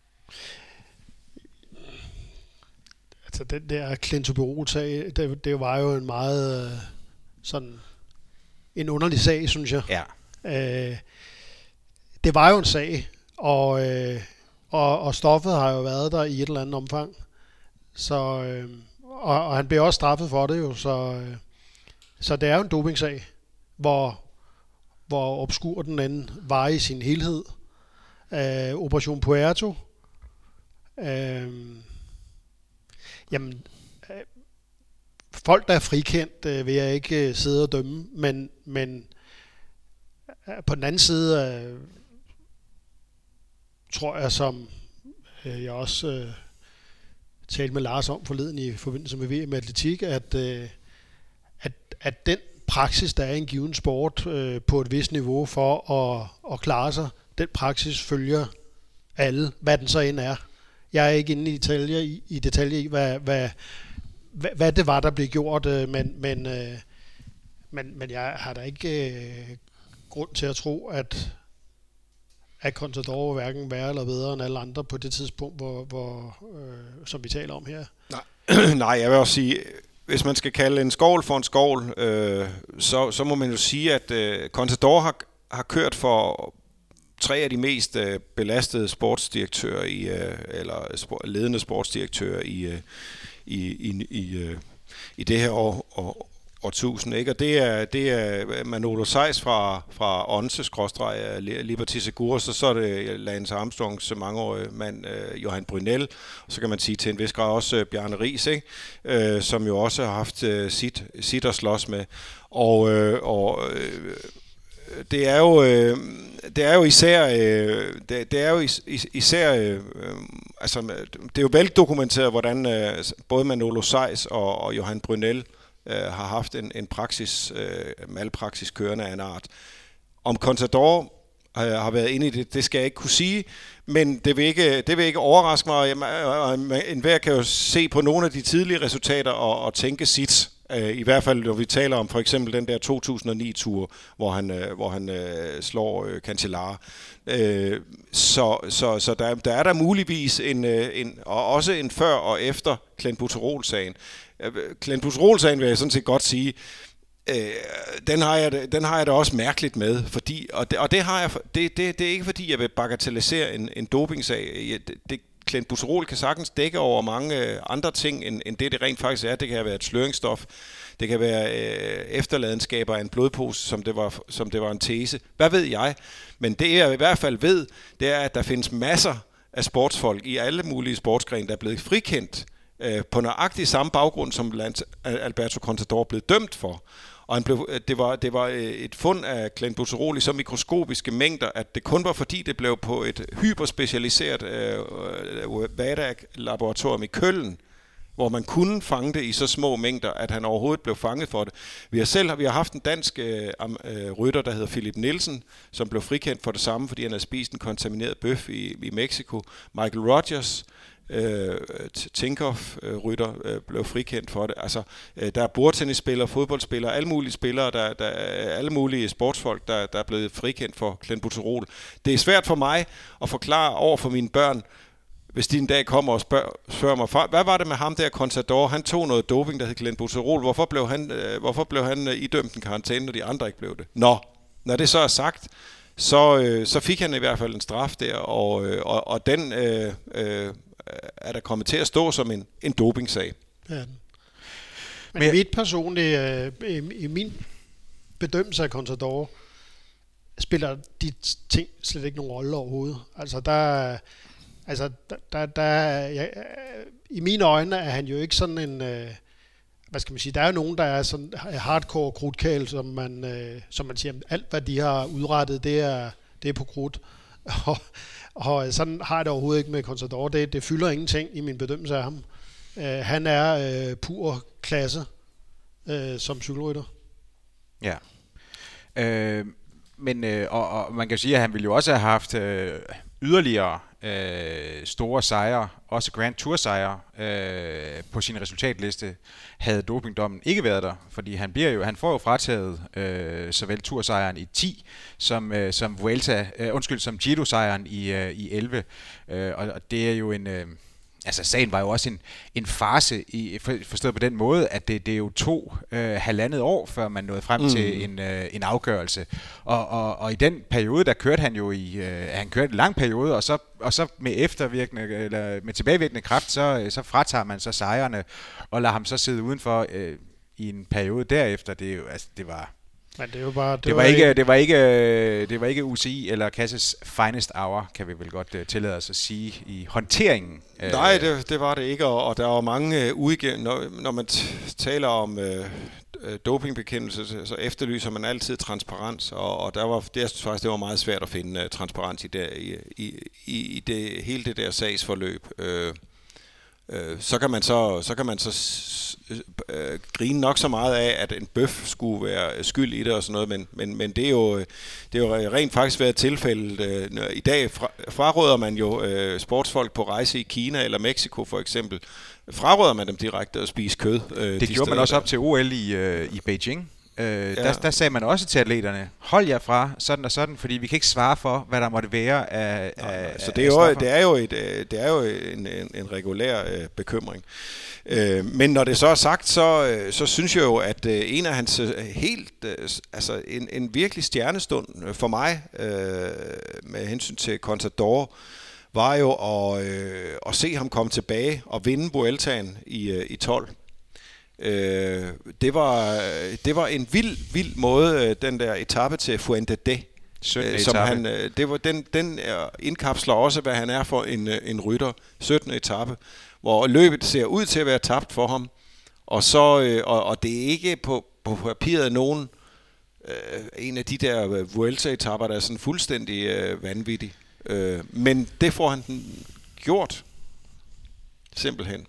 Altså den der Clenbuterol-sag, det, det var jo en meget sådan en underlig sag, synes jeg. Ja. Øh, det var jo en sag, og, øh, og, og stoffet har jo været der i et eller andet omfang. Så, øh, og, og han blev også straffet for det jo, så, øh, så det er jo en dopingsag, hvor hvor obskur den anden var i sin helhed. Øh, Operation Puerto. Øh, jamen, øh, folk, der er frikendt, øh, vil jeg ikke øh, sidde og dømme, men, men øh, på den anden side, øh, tror jeg, som øh, jeg også øh, talte med Lars om forleden i forbindelse med V M Atletik, at, øh, at, at den praksis, der er i en given sport øh, på et vist niveau for at, at klare sig, den praksis følger alle, hvad den så end er. Jeg er ikke inde i detaljer i, i, detaljer i hvad, hvad, hvad, hvad det var, der blev gjort, øh, men, men, øh, men, men jeg har da ikke øh, grund til at tro, at, at Contador var hverken værre eller bedre end alle andre på det tidspunkt, hvor, hvor, øh, som vi taler om her. Nej, Nej jeg vil også sige... Hvis man skal kalde en skovl for en skovl, øh, så, så må man jo sige, at øh, Contador har, har kørt for tre af de mest øh, belastede sportsdirektører, i, øh, eller spor, ledende sportsdirektører i, øh, i, i, i, øh, i det her år, år, årtusind. Ikke? Og det er, det er Manolo Seiss fra, fra Once-Liberty Seguros, og så er det Lance Armstrongs mangeårige mand, øh, Johan Brunel, og så kan man sige til en vis grad også øh, Bjarne Riis, ikke? Øh, som jo også har haft øh, sit, sit at slås med. Og, øh, og øh, det er jo øh, det er jo især øh, det, det er jo is, is, især øh, altså det er jo veldokumenteret, hvordan øh, både Manolo Seiss og, og Johan Brunel har haft en, en praksis, øh, malpraksis kørende af en art. Om Contador øh, har været inde i det, det skal jeg ikke kunne sige, men det vil ikke, det vil ikke overraske mig. Enhver kan jo se på nogle af de tidlige resultater og, og tænke sit. Øh, I hvert fald, når vi taler om for eksempel den der to tusind og ni-tur, hvor han, øh, hvor han øh, slår øh, Cancellara. Øh, så så, så der, der er der muligvis en, en, og også en før og efter Clenbuterol-sagen. Clenbuterol-sagen vil jeg sådan set godt sige, øh, den, har jeg, den har jeg da også mærkeligt med, fordi, og, det, og det, har jeg, det, det, det er ikke fordi, jeg vil bagatellisere en, en dopingsag. Det, det, Clenbuterol kan sagtens dække over mange andre ting, end, end det det rent faktisk er. Det kan være et sløringsstof, det kan være øh, efterladenskaber af en blodpose, som det, var, som det var en tese. Hvad ved jeg? Men det jeg i hvert fald ved, det er, at der findes masser af sportsfolk i alle mulige sportsgrene, der er blevet frikendt øh, på nøjagtig samme baggrund, som Alberto Contador blev dømt for. Og han blev, det, var, det var et fund af Clenbuterol i så mikroskopiske mængder, at det kun var fordi, det blev på et hyperspecialiseret øh, V A D A C-laboratorium i Køln, hvor man kunne fange det i så små mængder, at han overhovedet blev fanget for det. Vi har selv vi har haft en dansk øh, øh, rytter, der hedder Philip Nielsen, som blev frikendt for det samme, fordi han havde spist en kontamineret bøf i, i Mexico. Michael Rogers, øh, Tinkoff-rytter, øh, blev frikendt for det. Altså, øh, der er bordtennisspillere, fodboldspillere, alle mulige spillere, der, der, alle mulige sportsfolk, der, der er blevet frikendt for clenbuterol. Det er svært for mig at forklare over for mine børn, hvis de en dag kommer og spørger, spørger mig, hvad var det med ham der, Contador? Han tog noget doping, der hed clenbuterol. Hvorfor blev han, øh, hvorfor blev han øh, idømt en karantæne, når de andre ikke blev det? Nå, når det så er sagt, så, øh, så fik han i hvert fald en straf der, og, øh, og, og den øh, øh, er der kommet til at stå som en, en dopingsag. Ja. Men, Men mit personlige, øh, i, i min bedømmelse af Contador, spiller de ting slet ikke nogen rolle overhovedet. Altså der Altså, der, der, der ja, i mine øjne er han jo ikke sådan en, øh, hvad skal man sige, der er jo nogen, der er sådan hardcore krudtkæl, som man, øh, som man siger, alt hvad de har udrettet, det er, det er på krudt. Og, og sådan har jeg det overhovedet ikke med Contador. Det, det fylder ingenting i min bedømmelse af ham. Øh, han er øh, pur klasse øh, som cykelrytter. Ja. Øh, men, øh, og, og man kan sige, at han ville jo også have haft øh, yderligere Øh, store sejre, også Grand Tour sejre øh, på sin resultatliste, havde dopingdommen ikke været der, fordi han bliver jo, han får jo frataget øh, såvel tursejren i ti som øh, som Vuelta, øh, undskyld, som Giro-sejren i øh, i elleve, øh, og, og det er jo en øh, altså sagen var jo også en, en farce i, forstået på den måde, at det, det er jo to øh, halvandet år, før man nåede frem mm. til en, øh, en afgørelse. Og, og, og i den periode, der kørte han jo i, øh, han kørte en lang periode, og så, og så med eftervirkende, eller med tilbagevirkende kraft, så, så fratager man så sejrene, og lader ham så sidde udenfor øh, i en periode derefter. Det, er jo, altså, det var... Men det, er jo bare, det, det, var var ikke, det var ikke det var ikke U C I eller Kasses finest hour, kan vi vel godt uh, tillade os at sige, i håndteringen. Nej, det, det var det ikke, og, og der var mange uh, uigennem, når, når man t- taler om uh, dopingbekendelse, så, så efterlyser man altid transparens, og, og der var, det, jeg synes faktisk, det var meget svært at finde uh, transparens i, det, i, i, i det, hele det der sagsforløb. Uh, uh, så kan man så, så kan man så Øh, grine nok så meget af, at en bøf skulle være skyld i det og sådan noget, men, men, men det er jo det er jo rent faktisk været tilfældet. Øh, I dag fra, fraråder man jo øh, sportsfolk på rejse i Kina eller Mexico for eksempel, fraråder man dem direkte at spise kød. Øh, det de gjorde man også op til O L i, øh, i Beijing. Øh, ja. der, der sagde man også til atleterne, hold jer fra sådan og sådan, fordi vi kan ikke svare for, hvad der måtte være af, nej, af, så det er, jo, det er jo et, det er jo en, en, en regulær øh, bekymring. Øh, men når det så er sagt, så, øh, så synes jeg jo, at øh, en af hans øh, helt, øh, altså en, en virkelig stjernestund for mig, øh, med hensyn til Contador, var jo at, øh, at se ham komme tilbage og vinde Vueltaen i, øh, i tolv. Øh, det var det var en vild vild måde, den der etape til Fuente D, øh, som han øh, det var den den indkapsler også, hvad han er for en en rytter. syttende etape, hvor løbet ser ud til at være tabt for ham, og så øh, og, og det er ikke på på papiret nogen øh, en af de der Vuelta-etapper, der er sådan fuldstændig øh, vanvittig, øh, men det får han den gjort simpelthen.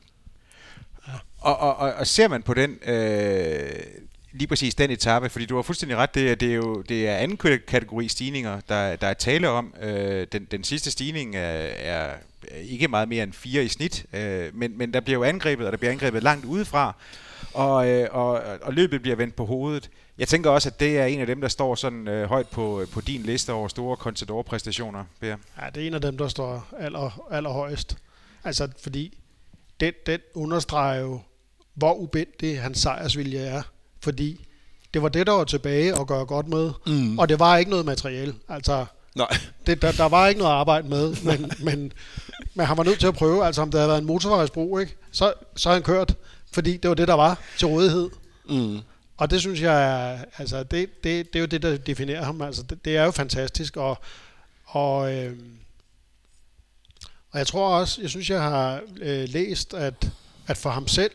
Og, og, og, og ser man på den, øh, lige præcis den etape, fordi du har fuldstændig ret, det er, det er jo det er anden kategori stigninger, der, der er tale om. Øh, den, den sidste stigning er, er ikke meget mere end fire i snit, øh, men, men der bliver jo angrebet, og der bliver angrebet langt udefra, og, øh, og, og løbet bliver vendt på hovedet. Jeg tænker også, at det er en af dem, der står sådan øh, højt på, på din liste over store Contador-præstationer, Per. Ja, det er en af dem, der står aller, allerhøjst. Altså, fordi den, den understreger jo, hvor ubændig hans sejrsvilje er. Fordi det var det, der var tilbage at gøre godt med. Mm. Og det var ikke noget materiale. Altså, nej. Det, der, der var ikke noget arbejde med, men, men, men han var nødt til at prøve. Altså, om det havde været en motorvejsbro, ikke? Så, så har han kørt. Fordi det var det, der var til rådighed. Mm. Og det synes jeg er, altså, det, det, det er jo det, der definerer ham. Altså, det, det er jo fantastisk. Og, og, øh, og jeg tror også, jeg synes, jeg har øh, læst, at, at for ham selv,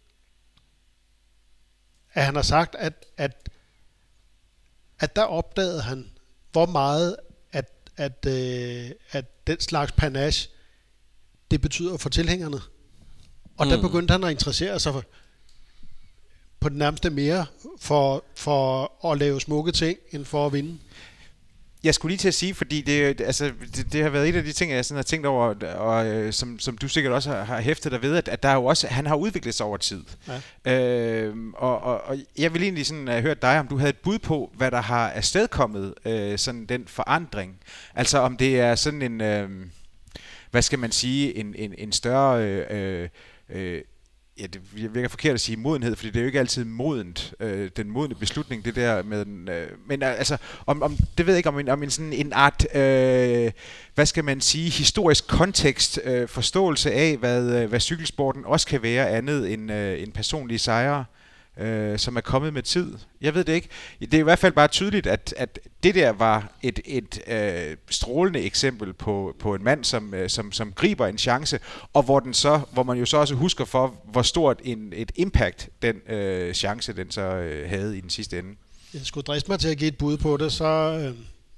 at han har sagt, at, at, at der opdagede han, hvor meget at, at, øh, at den slags panache, det betyder for tilhængerne. Og mm. der begyndte han at interessere sig for, på det nærmeste mere for, for at lave smukke ting, end for at vinde. Jeg skulle lige til at sige, fordi det, altså, det, det har været et af de ting, jeg sådan har tænkt over, og øh, som, som du sikkert også har, har hæftet dig ved, at, at der er jo også, han har udviklet sig over tid. Ja. Øh, og, og, og jeg vil egentlig sådan have hørt dig, om du havde et bud på, hvad der har afstedkommet øh, sådan den forandring. Altså om det er sådan en, øh, hvad skal man sige, en, en, en større... Øh, øh, Ja, det virker forkert at sige modenhed, fordi det er jo ikke altid modent, øh, den modne beslutning, det der med den, øh, men altså, om, om, det ved jeg ikke, om en, om en sådan en art, øh, hvad skal man sige, historisk kontekst, øh, forståelse af, hvad, øh, hvad cykelsporten også kan være andet end øh, en personlig sejr, øh, som er kommet med tid. Jeg ved det ikke. Det er i hvert fald bare tydeligt, at, at det der var et, et øh, strålende eksempel på, på en mand, som, øh, som, som griber en chance, og hvor, den så, hvor man jo så også husker for, hvor stort en, et impact den øh, chance, den så øh, havde i den sidste ende. Jeg skulle driste mig til at give et bud på det, så, øh,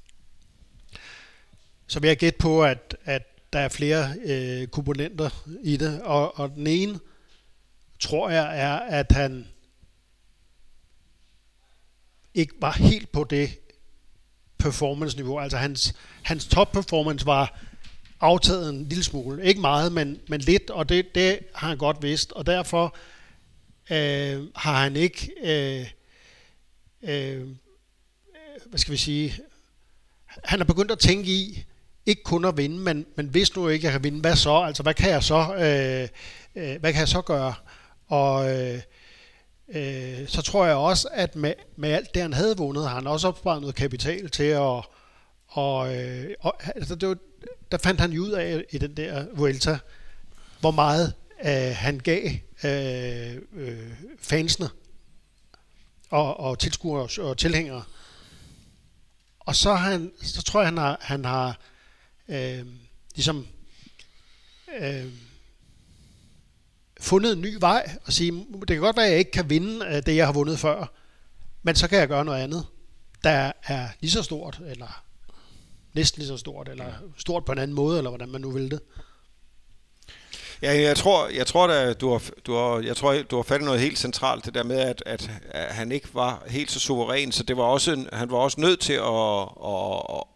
så vil jeg gætte på, at, at der er flere øh, komponenter i det, og, og den ene, tror jeg, er, at han ikke var helt på det performance-niveau. Altså hans, hans top-performance var aftaget en lille smule. Ikke meget, men, men lidt, og det, det har han godt vidst. Og derfor øh, har han ikke, øh, øh, hvad skal vi sige, han har begyndt at tænke i, ikke kun at vinde, men, men hvis nu ikke jeg kan vinde, hvad så? Altså, hvad kan jeg så, øh, øh, hvad kan jeg så gøre? Og øh, øh, så tror jeg også, at med, med alt det, han havde vundet, har han også opsparet noget kapital til at, og, øh, og altså, det var, der fandt han ud af i den der Vuelta, hvor meget øh, han gav øh, øh, fansene og, og tilskuere og tilhængere. Og så, han, så tror jeg, han har, han har øh, ligesom øh, fundet en ny vej og sige, det kan godt være, at jeg ikke kan vinde det, jeg har vundet før, men så kan jeg gøre noget andet, der er lige så stort, eller næsten lige så stort, eller stort på en anden måde, eller hvordan man nu vil det. Ja, jeg tror, jeg tror da, du har, du har, jeg tror, du har fattet noget helt centralt, det der med, at, at, at han ikke var helt så suveræn, så det var også en, han var også nødt til at, at, at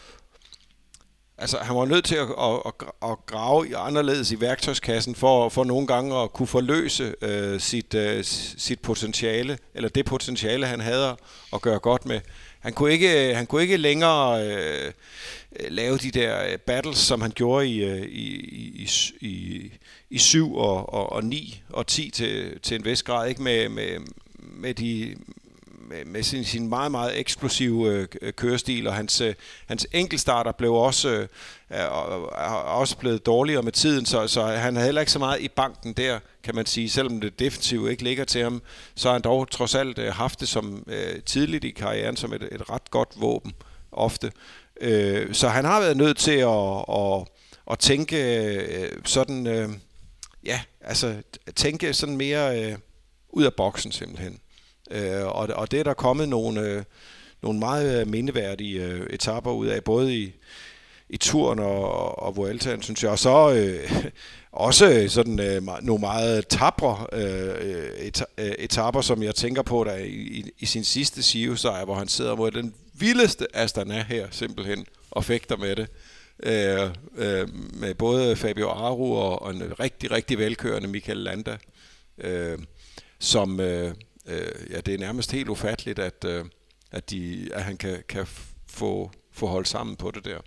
altså han var nødt til at, at, at grave anderledes i værktøjskassen for, for nogle gange at kunne forløse øh, sit, øh, sit potentiale, eller det potentiale, han havde at gøre godt med. Han kunne ikke, han kunne ikke længere øh, lave de der battles, som han gjorde i, i, i, i, i syv og, og, og ni og ti til, til en vis grad, ikke med, med, med de med, med sin, sin meget, meget eksplosive øh, kørestil, og hans, øh, hans enkeltstarter blev også, øh, er, er også blevet dårligere med tiden, så, så han havde heller ikke så meget i banken der, kan man sige. Selvom det defensive ikke ligger til ham, så har han dog trods alt øh, haft det som øh, tidligt i karrieren som et, et ret godt våben, ofte. Øh, så han har været nødt til at, at, at tænke øh, sådan, øh, ja, altså tænke sådan mere øh, ud af boksen simpelthen. Øh, og, og det er der kommet nogle, øh, nogle meget mindeværdige øh, etaper ud af, både i, i Touren og, og Vueltaen, synes jeg. Og så øh, også sådan øh, nogle meget tabre øh, et, øh, etaper, som jeg tænker på, der i, i, i sin sidste Giro-sejr, hvor han sidder mod den vildeste Astana her, simpelthen, og fægter med det. Øh, øh, med både Fabio Aru og, og en rigtig, rigtig velkørende Mikel Landa, øh, som... Øh, Uh, ja, det er nærmest helt ufatteligt, at, uh, at, de, at han kan, kan få, få holdt sammen på det der.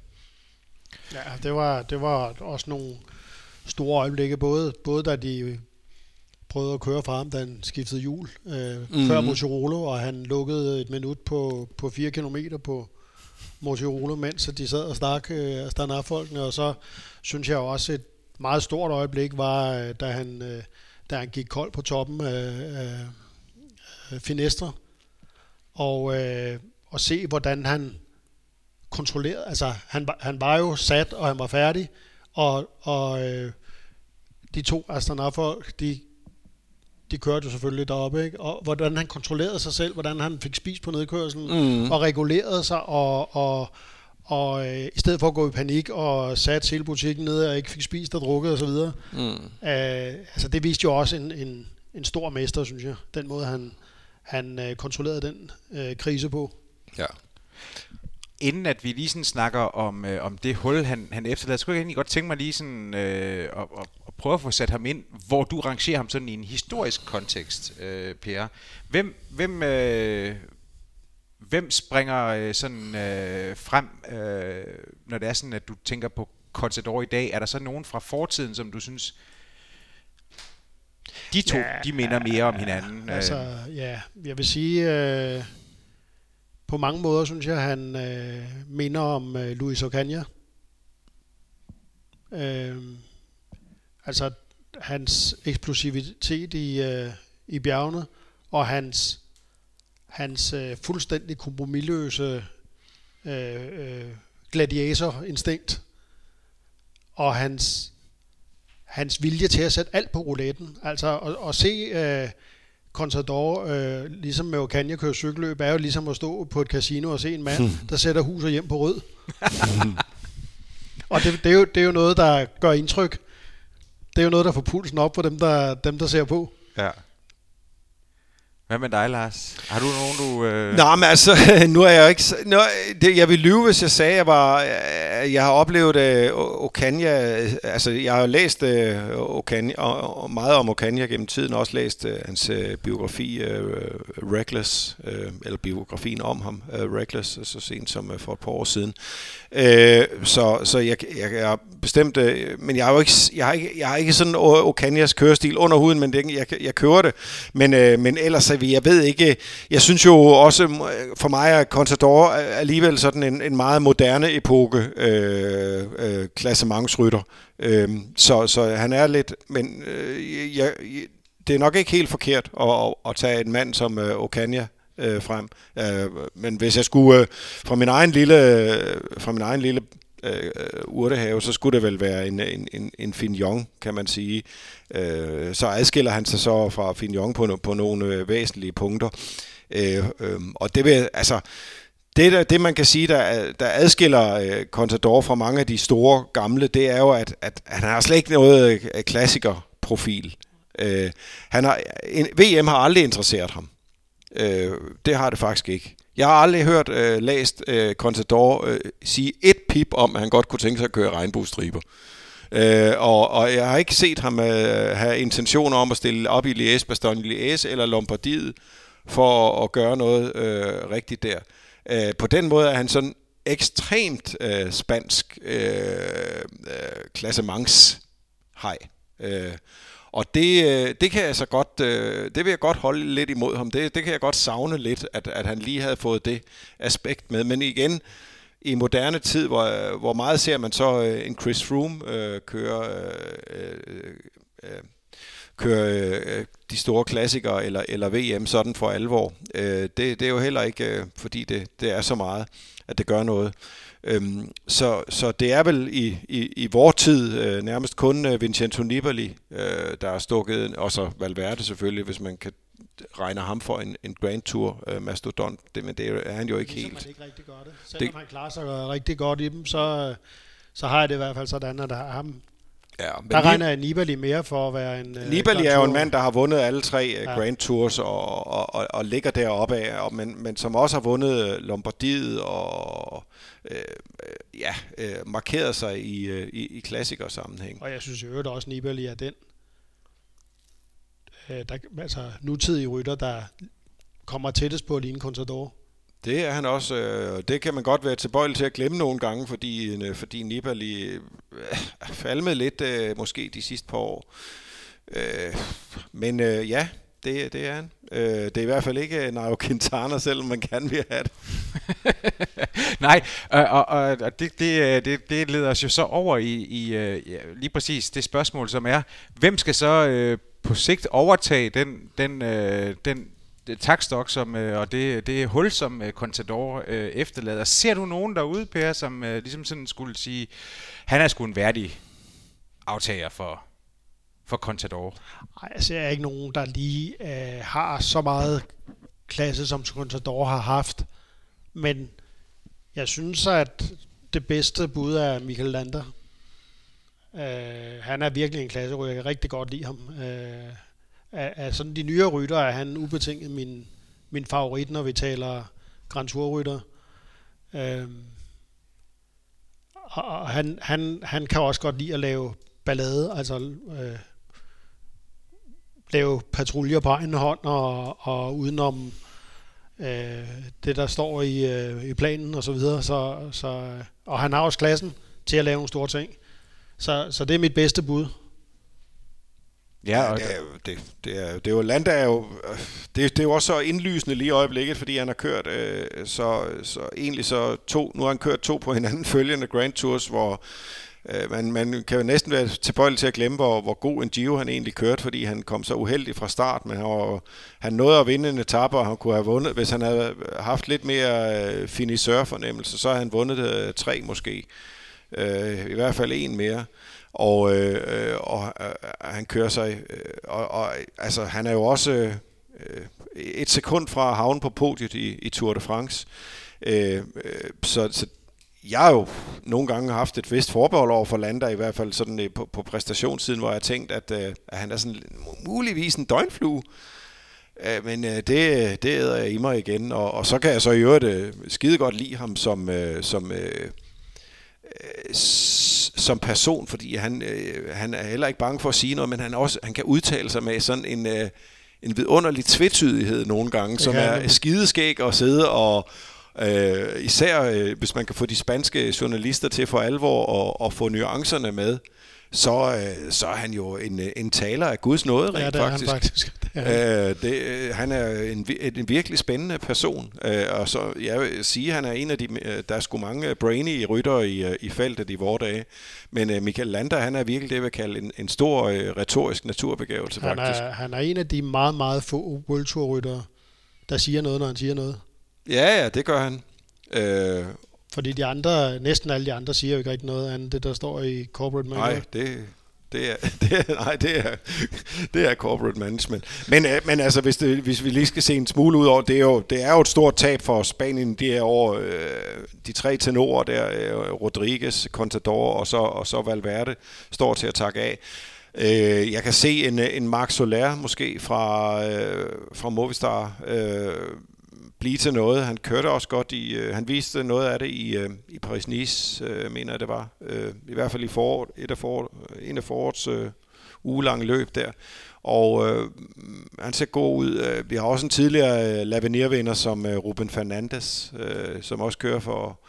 Ja, det var, det var også nogle store øjeblikke, både, både da de prøvede at køre fra ham, da han skiftede hjul uh, mm-hmm. før Mortirolo, og han lukkede et minut på, på fire kilometer på Mortirolo, mens de sad og stak uh, Astana-folkene, og så synes jeg også et meget stort øjeblik var, uh, da, han, uh, da han gik kold på toppen af uh, Finestre, og, øh, og se, hvordan han kontrollerede, altså han, han var jo sat, og han var færdig, og, og øh, de to Astana-folk, de, de kørte jo selvfølgelig deroppe, ikke? Og hvordan han kontrollerede sig selv, hvordan han fik spist på nedkørselen, mm. og regulerede sig, og, og, og øh, i stedet for at gå i panik og satte hele butikken ned og ikke fik spist og drukket osv. Mm. Øh, altså det viste jo også en, en, en stor mester, synes jeg. Den måde, han, han øh, kontrollerede den øh, krise på. Ja. Inden at vi lige sådan snakker om, øh, om det hul, han, han efterlader, skulle jeg egentlig godt tænke mig lige sådan øh, at, at, at prøve at få sat ham ind, hvor du rangerer ham sådan i en historisk kontekst, øh, Per. Hvem, hvem, øh, hvem springer øh, sådan øh, frem, øh, når det er sådan, at du tænker på Contador i dag? Er der så nogen fra fortiden, som du synes, de to, ja, de minder mere om hinanden? Altså, ja, jeg vil sige... Øh På mange måder synes jeg, han øh, minder om øh, Luis Ocaña. Øh, altså hans eksplosivitet i, øh, i bjergene, og hans, hans øh, fuldstændig kompromisløse øh, øh, gladiatorinstinkt, og hans, hans vilje til at sætte alt på rouletten. Altså at, at se... Øh, Contador, øh, ligesom med Ocaña kører cykelløb, er jo ligesom at stå på et casino og se en mand, der sætter huset hjem på rød. Og det, det, er jo, det er jo noget, der gør indtryk. Det er jo noget, der får pulsen op for dem, der, dem, der ser på. Ja. Hvad med dig, Lars? Har du nogen, du... Øh... Nå, men altså, nu er jeg ikke... Nå, det, jeg vil lyve, hvis jeg sagde, at jeg var... Jeg har oplevet uh, Ocaña... Altså, jeg har læst uh, Ocaña, og meget om Ocaña gennem tiden, og også læst uh, hans uh, biografi, uh, Reckless, uh, eller biografien om ham, uh, Reckless, så sent som uh, for et par år siden. Uh, så så jeg, jeg, jeg er bestemt... Uh, men jeg har jo ikke, jeg har ikke, jeg har ikke sådan Ocañas kørestil under huden, men det, jeg, jeg kører det. Men, uh, men ellers jeg ved ikke, jeg synes jo også, for mig er Contador alligevel sådan en, en meget moderne epoke øh, øh, klassementsrytter. Øh, så, så han er lidt, men øh, jeg, det er nok ikke helt forkert at, at, at tage en mand som øh, Ocaña øh, frem. Øh, men hvis jeg skulle øh, fra min egen lille, fra min egen lille øh, urtehave, så skulle det vel være en, en, en, en Fignon, kan man sige. Øh, så adskiller han sig så fra Fignon på, på nogle øh, væsentlige punkter. Øh, øh, og det vil, altså, det, der, det man kan sige, der, der adskiller øh, Contador fra mange af de store gamle, det er jo, at, at, at han har slet ikke noget øh, klassikerprofil. Øh, han har, en, V M har aldrig interesseret ham. Øh, det har det faktisk ikke. Jeg har aldrig hørt, øh, læst øh, Contador øh, sige et pip om, at han godt kunne tænke sig at køre regnbuestriber. Øh, og, og jeg har ikke set ham øh, have intentioner om at stille op i Liège, Bastogne-Liège eller Lombardiet for at gøre noget øh, rigtigt der. Øh, på den måde er han sådan ekstremt øh, spansk øh, øh, klassementshej. Øh, og det, øh, det kan jeg så godt, øh, det vil jeg godt holde lidt imod ham. Det, det kan jeg godt savne lidt, at, at han lige havde fået det aspekt med. Men igen, i moderne tid, hvor, hvor meget ser man så øh, en Chris Froome øh, køre, øh, øh, køre øh, de store klassikere eller, eller V M sådan for alvor. Øh, det, det er jo heller ikke, øh, fordi det, det er så meget, at det gør noget. Øhm, så, så det er vel i, i, i vor tid øh, nærmest kun øh, Vincenzo Nibali, øh, der er stukket, og så Valverde selvfølgelig, hvis man kan regner ham for en, en Grand Tour øh, mastodont, det, men det er han jo ikke helt. Han ikke rigtig gør det. Selvom det, han klarer sig rigtig godt i dem, så, så har jeg det i hvert fald sådan, at der er ham. Ja, der regner jeg Nibali mere for at være en... Nibali er jo en mand, der har vundet alle tre ja. Grand Tours og, og, og, og ligger deroppe af, og, men, men som også har vundet Lombardiet og øh, ja, øh, markeret sig i, i, i klassikersammenhæng. Og jeg synes jo også, Nibali er den der, altså nutidige rytter, der kommer tættest på at ligne Contador. Det er han også. Øh, det kan man godt være tilbøjelig til at glemme nogle gange, fordi, øh, fordi Nibali øh, er falmet lidt øh, måske de sidste par år. Øh, men øh, ja, det, det er han. Øh, det er i hvert fald ikke Nairo Quintana, selvom man gerne vil have det. Nej, og, og, og det, det, det, det leder os jo så over i, i ja, lige præcis det spørgsmål, som er, hvem skal så øh, på sigt overtage den, den, øh, den takstok, som, øh, og det, det hul, som øh, Contador øh, efterlader. Ser du nogen derude, Per, som øh, ligesom sådan skulle sige, han er sgu en værdig aftager for, for Contador? Nej, jeg ser ikke nogen, der lige øh, har så meget klasse, som Contador har haft. Men jeg synes, at det bedste bud er Michael Lander. Uh, han er virkelig en klasserytter. Jeg kan rigtig godt lide ham. Uh, af, af sådan de nye rytter er han ubetinget min, min favorit, når vi taler Grand Tour-rytter. Uh, og han, han, han kan også godt lide at lave ballade, altså uh, lave patruljer på egen hånd og, og udenom øh, det, der står i, øh, i planen og så videre. Så, så, og han har også klassen til at lave nogle store ting. Så, så det er mit bedste bud. Ja, og det er jo, det, det er, det er jo Landa er jo, det, det er jo også så indlysende lige i øjeblikket, fordi han har kørt øh, så, så egentlig så to, nu har han kørt to på hinanden følgende Grand Tours, hvor Man, man kan jo næsten være tilbøjelig til at glemme, hvor, hvor god en Giro han egentlig kørte, fordi han kom så uheldig fra start, men han, var, han nåede at vinde en etape, og han kunne have vundet, hvis han havde haft lidt mere finisseur-fornemmelse, så havde han vundet øh, tre måske, øh, i hvert fald en mere, og, øh, og øh, han kører sig, øh, og, og altså han er jo også øh, et sekund fra havnen på podiet i, i Tour de France, øh, øh, så, så jeg har jo nogle gange haft et vist forbehold over for Landa, i hvert fald sådan på, på præstationssiden, hvor jeg tænkt, at, at han er sådan muligvis en døgnflue. Men det, det æder jeg i mig igen, og, og så kan jeg så i øvrigt skide godt lide ham som, som, som person, fordi han, han er heller ikke bange for at sige noget, men han, også, han kan udtale sig med sådan en, en vidunderlig tvetydighed nogle gange, som er skideskæg at sidde og Uh, især uh, hvis man kan få de spanske journalister til for alvor og, og få nuancerne med, så, uh, så er han jo en, en taler af Guds nåde, rent ja, faktisk. Han, faktisk. Det uh, det, uh, han er en, en virkelig spændende person, uh, og så jeg vil sige, at han er en af de, uh, der er sgu mange brainy rytter i, uh, i feltet i vore dage, men uh, Michael Lander, han er virkelig det, jeg vil kalde en, en stor uh, retorisk naturbegævelse, han faktisk. Er, han er en af de meget, meget få World Tour ryttere, der siger noget, når han siger noget. Ja, ja, det gør han. Øh, Fordi de andre, næsten alle de andre siger jo ikke rigtig noget andet, det der står i corporate management. Nej, det, det er, det er, nej, det er, det er corporate management. Men, men altså, hvis, det, hvis vi lige skal se en smule ud over, det er jo, det er jo et stort tab for Spanien, de her år, øh, de tre tenorer der, øh, Rodriguez, Contador og så, og så Valverde, står til at takke af. Øh, jeg kan se en, en Marc Soler måske fra, øh, fra Movistar, øh, blive til noget. Han kørte også godt i, øh, han viste noget af det i, øh, i Paris-Nice, øh, mener jeg det var. Øh, I hvert fald i foråret, et af forår, en af forårets øh, ugelange løb der. Og øh, han ser god ud. Vi har også en tidligere øh, Lavenir-vinder som øh, Ruben Fernandes, øh, som også kører for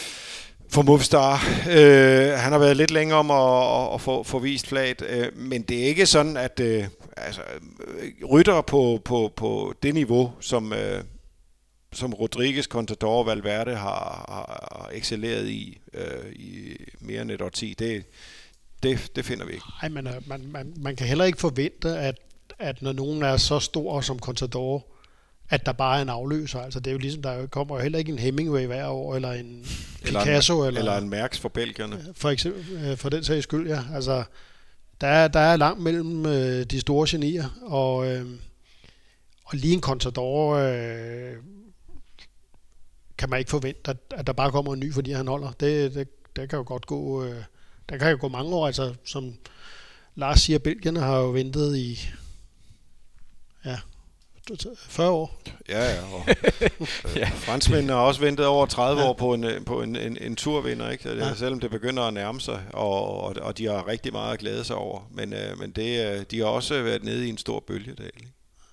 for Movistar. Øh, han har været lidt længere om at, at få, få vist flaget, øh, men det er ikke sådan, at øh, altså, rytter på, på, på det niveau, som øh, som Rodriguez, Contador og Valverde har, har excelleret i øh, i mere end et årti, det, det, det finder vi ikke. Nej, men man, man, man kan heller ikke forvente, at, at når nogen er så stor som Contador, at der bare er en afløser. Altså det er jo ligesom, der kommer jo heller ikke en Hemingway hver år, eller en Picasso, eller en, eller, eller en Merckx for belgierne. For eksempel, for den sags skyld, ja. Altså, der er, der er langt mellem øh, de store genier, og, øh, og lige en Contador øh, kan man ikke forvente, at, at der bare kommer en ny, fordi han holder. Det, det, det kan jo godt gå, øh, der kan jo gå mange år, altså som Lars siger, belgierne har jo ventet i ja, fyrre år. Ja, ja. Og, øh, ja. Franskmændene har også ventet over tredive ja. år på en, på en, en, en turvinder, ikke? Ja. Selvom det begynder at nærme sig, og, og, og de har rigtig meget at glæde sig over. Men, øh, men det, de har også været nede i en stor bølgedal. Ikke?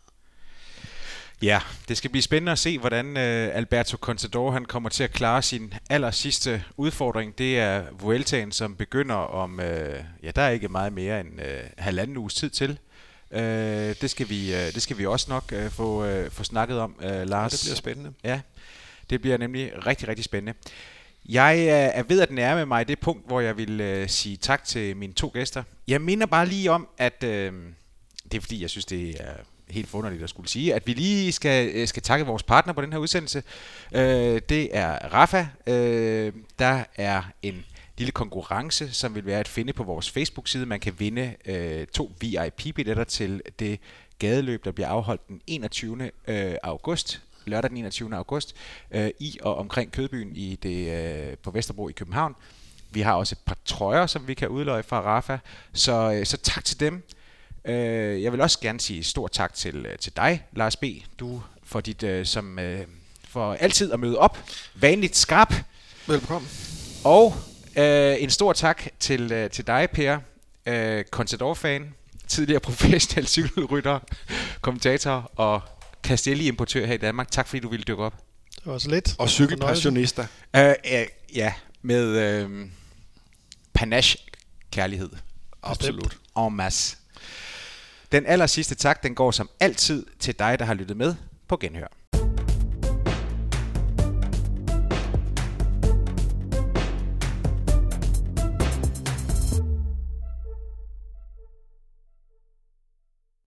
Ja, det skal blive spændende at se, hvordan øh, Alberto Contador han kommer til at klare sin aller sidste udfordring. Det er Vueltaen, som begynder om, øh, ja, der er ikke meget mere end øh, halvanden uges tid til. Øh, det skal vi, øh, det skal vi også nok øh, få, øh, få snakket om, øh, Lars. Ja, det bliver spændende. Ja, det bliver nemlig rigtig, rigtig spændende. Jeg øh, er ved at nærme mig det punkt, hvor jeg vil øh, sige tak til mine to gæster. Jeg minder bare lige om, at øh, det er fordi, jeg synes, det er helt forunderligt at skulle sige, at vi lige skal, skal takke vores partner på den her udsendelse. Øh, det er Rapha. Øh, der er en lille konkurrence, som vil være at finde på vores Facebook-side. Man kan vinde øh, to V I P-billetter til det gadeløb, der bliver afholdt den enogtyvende august lørdag den enogtyvende august, øh, i og omkring Kødbyen i det, øh, på Vesterbro i København. Vi har også et par trøjer, som vi kan udløje fra Rafa, så, øh, så tak til dem. Øh, jeg vil også gerne sige stor tak til, til dig, Lars B. Du for dit, øh, som, øh, for altid at møde op, vanligt skarp. Velkommen. Og øh, en stor tak til, øh, til dig, Per, øh, Contador-fan, tidligere professionel cykelrytter, kommentator og Castelli-importør her i Danmark. Tak fordi du ville dykke op. Det var så lidt. Og cykelpassionister. Øh, øh, ja, med øh, panache-kærlighed. Absolut. En masse. Den aller sidste tak, den går som altid til dig, der har lyttet med på Genhør.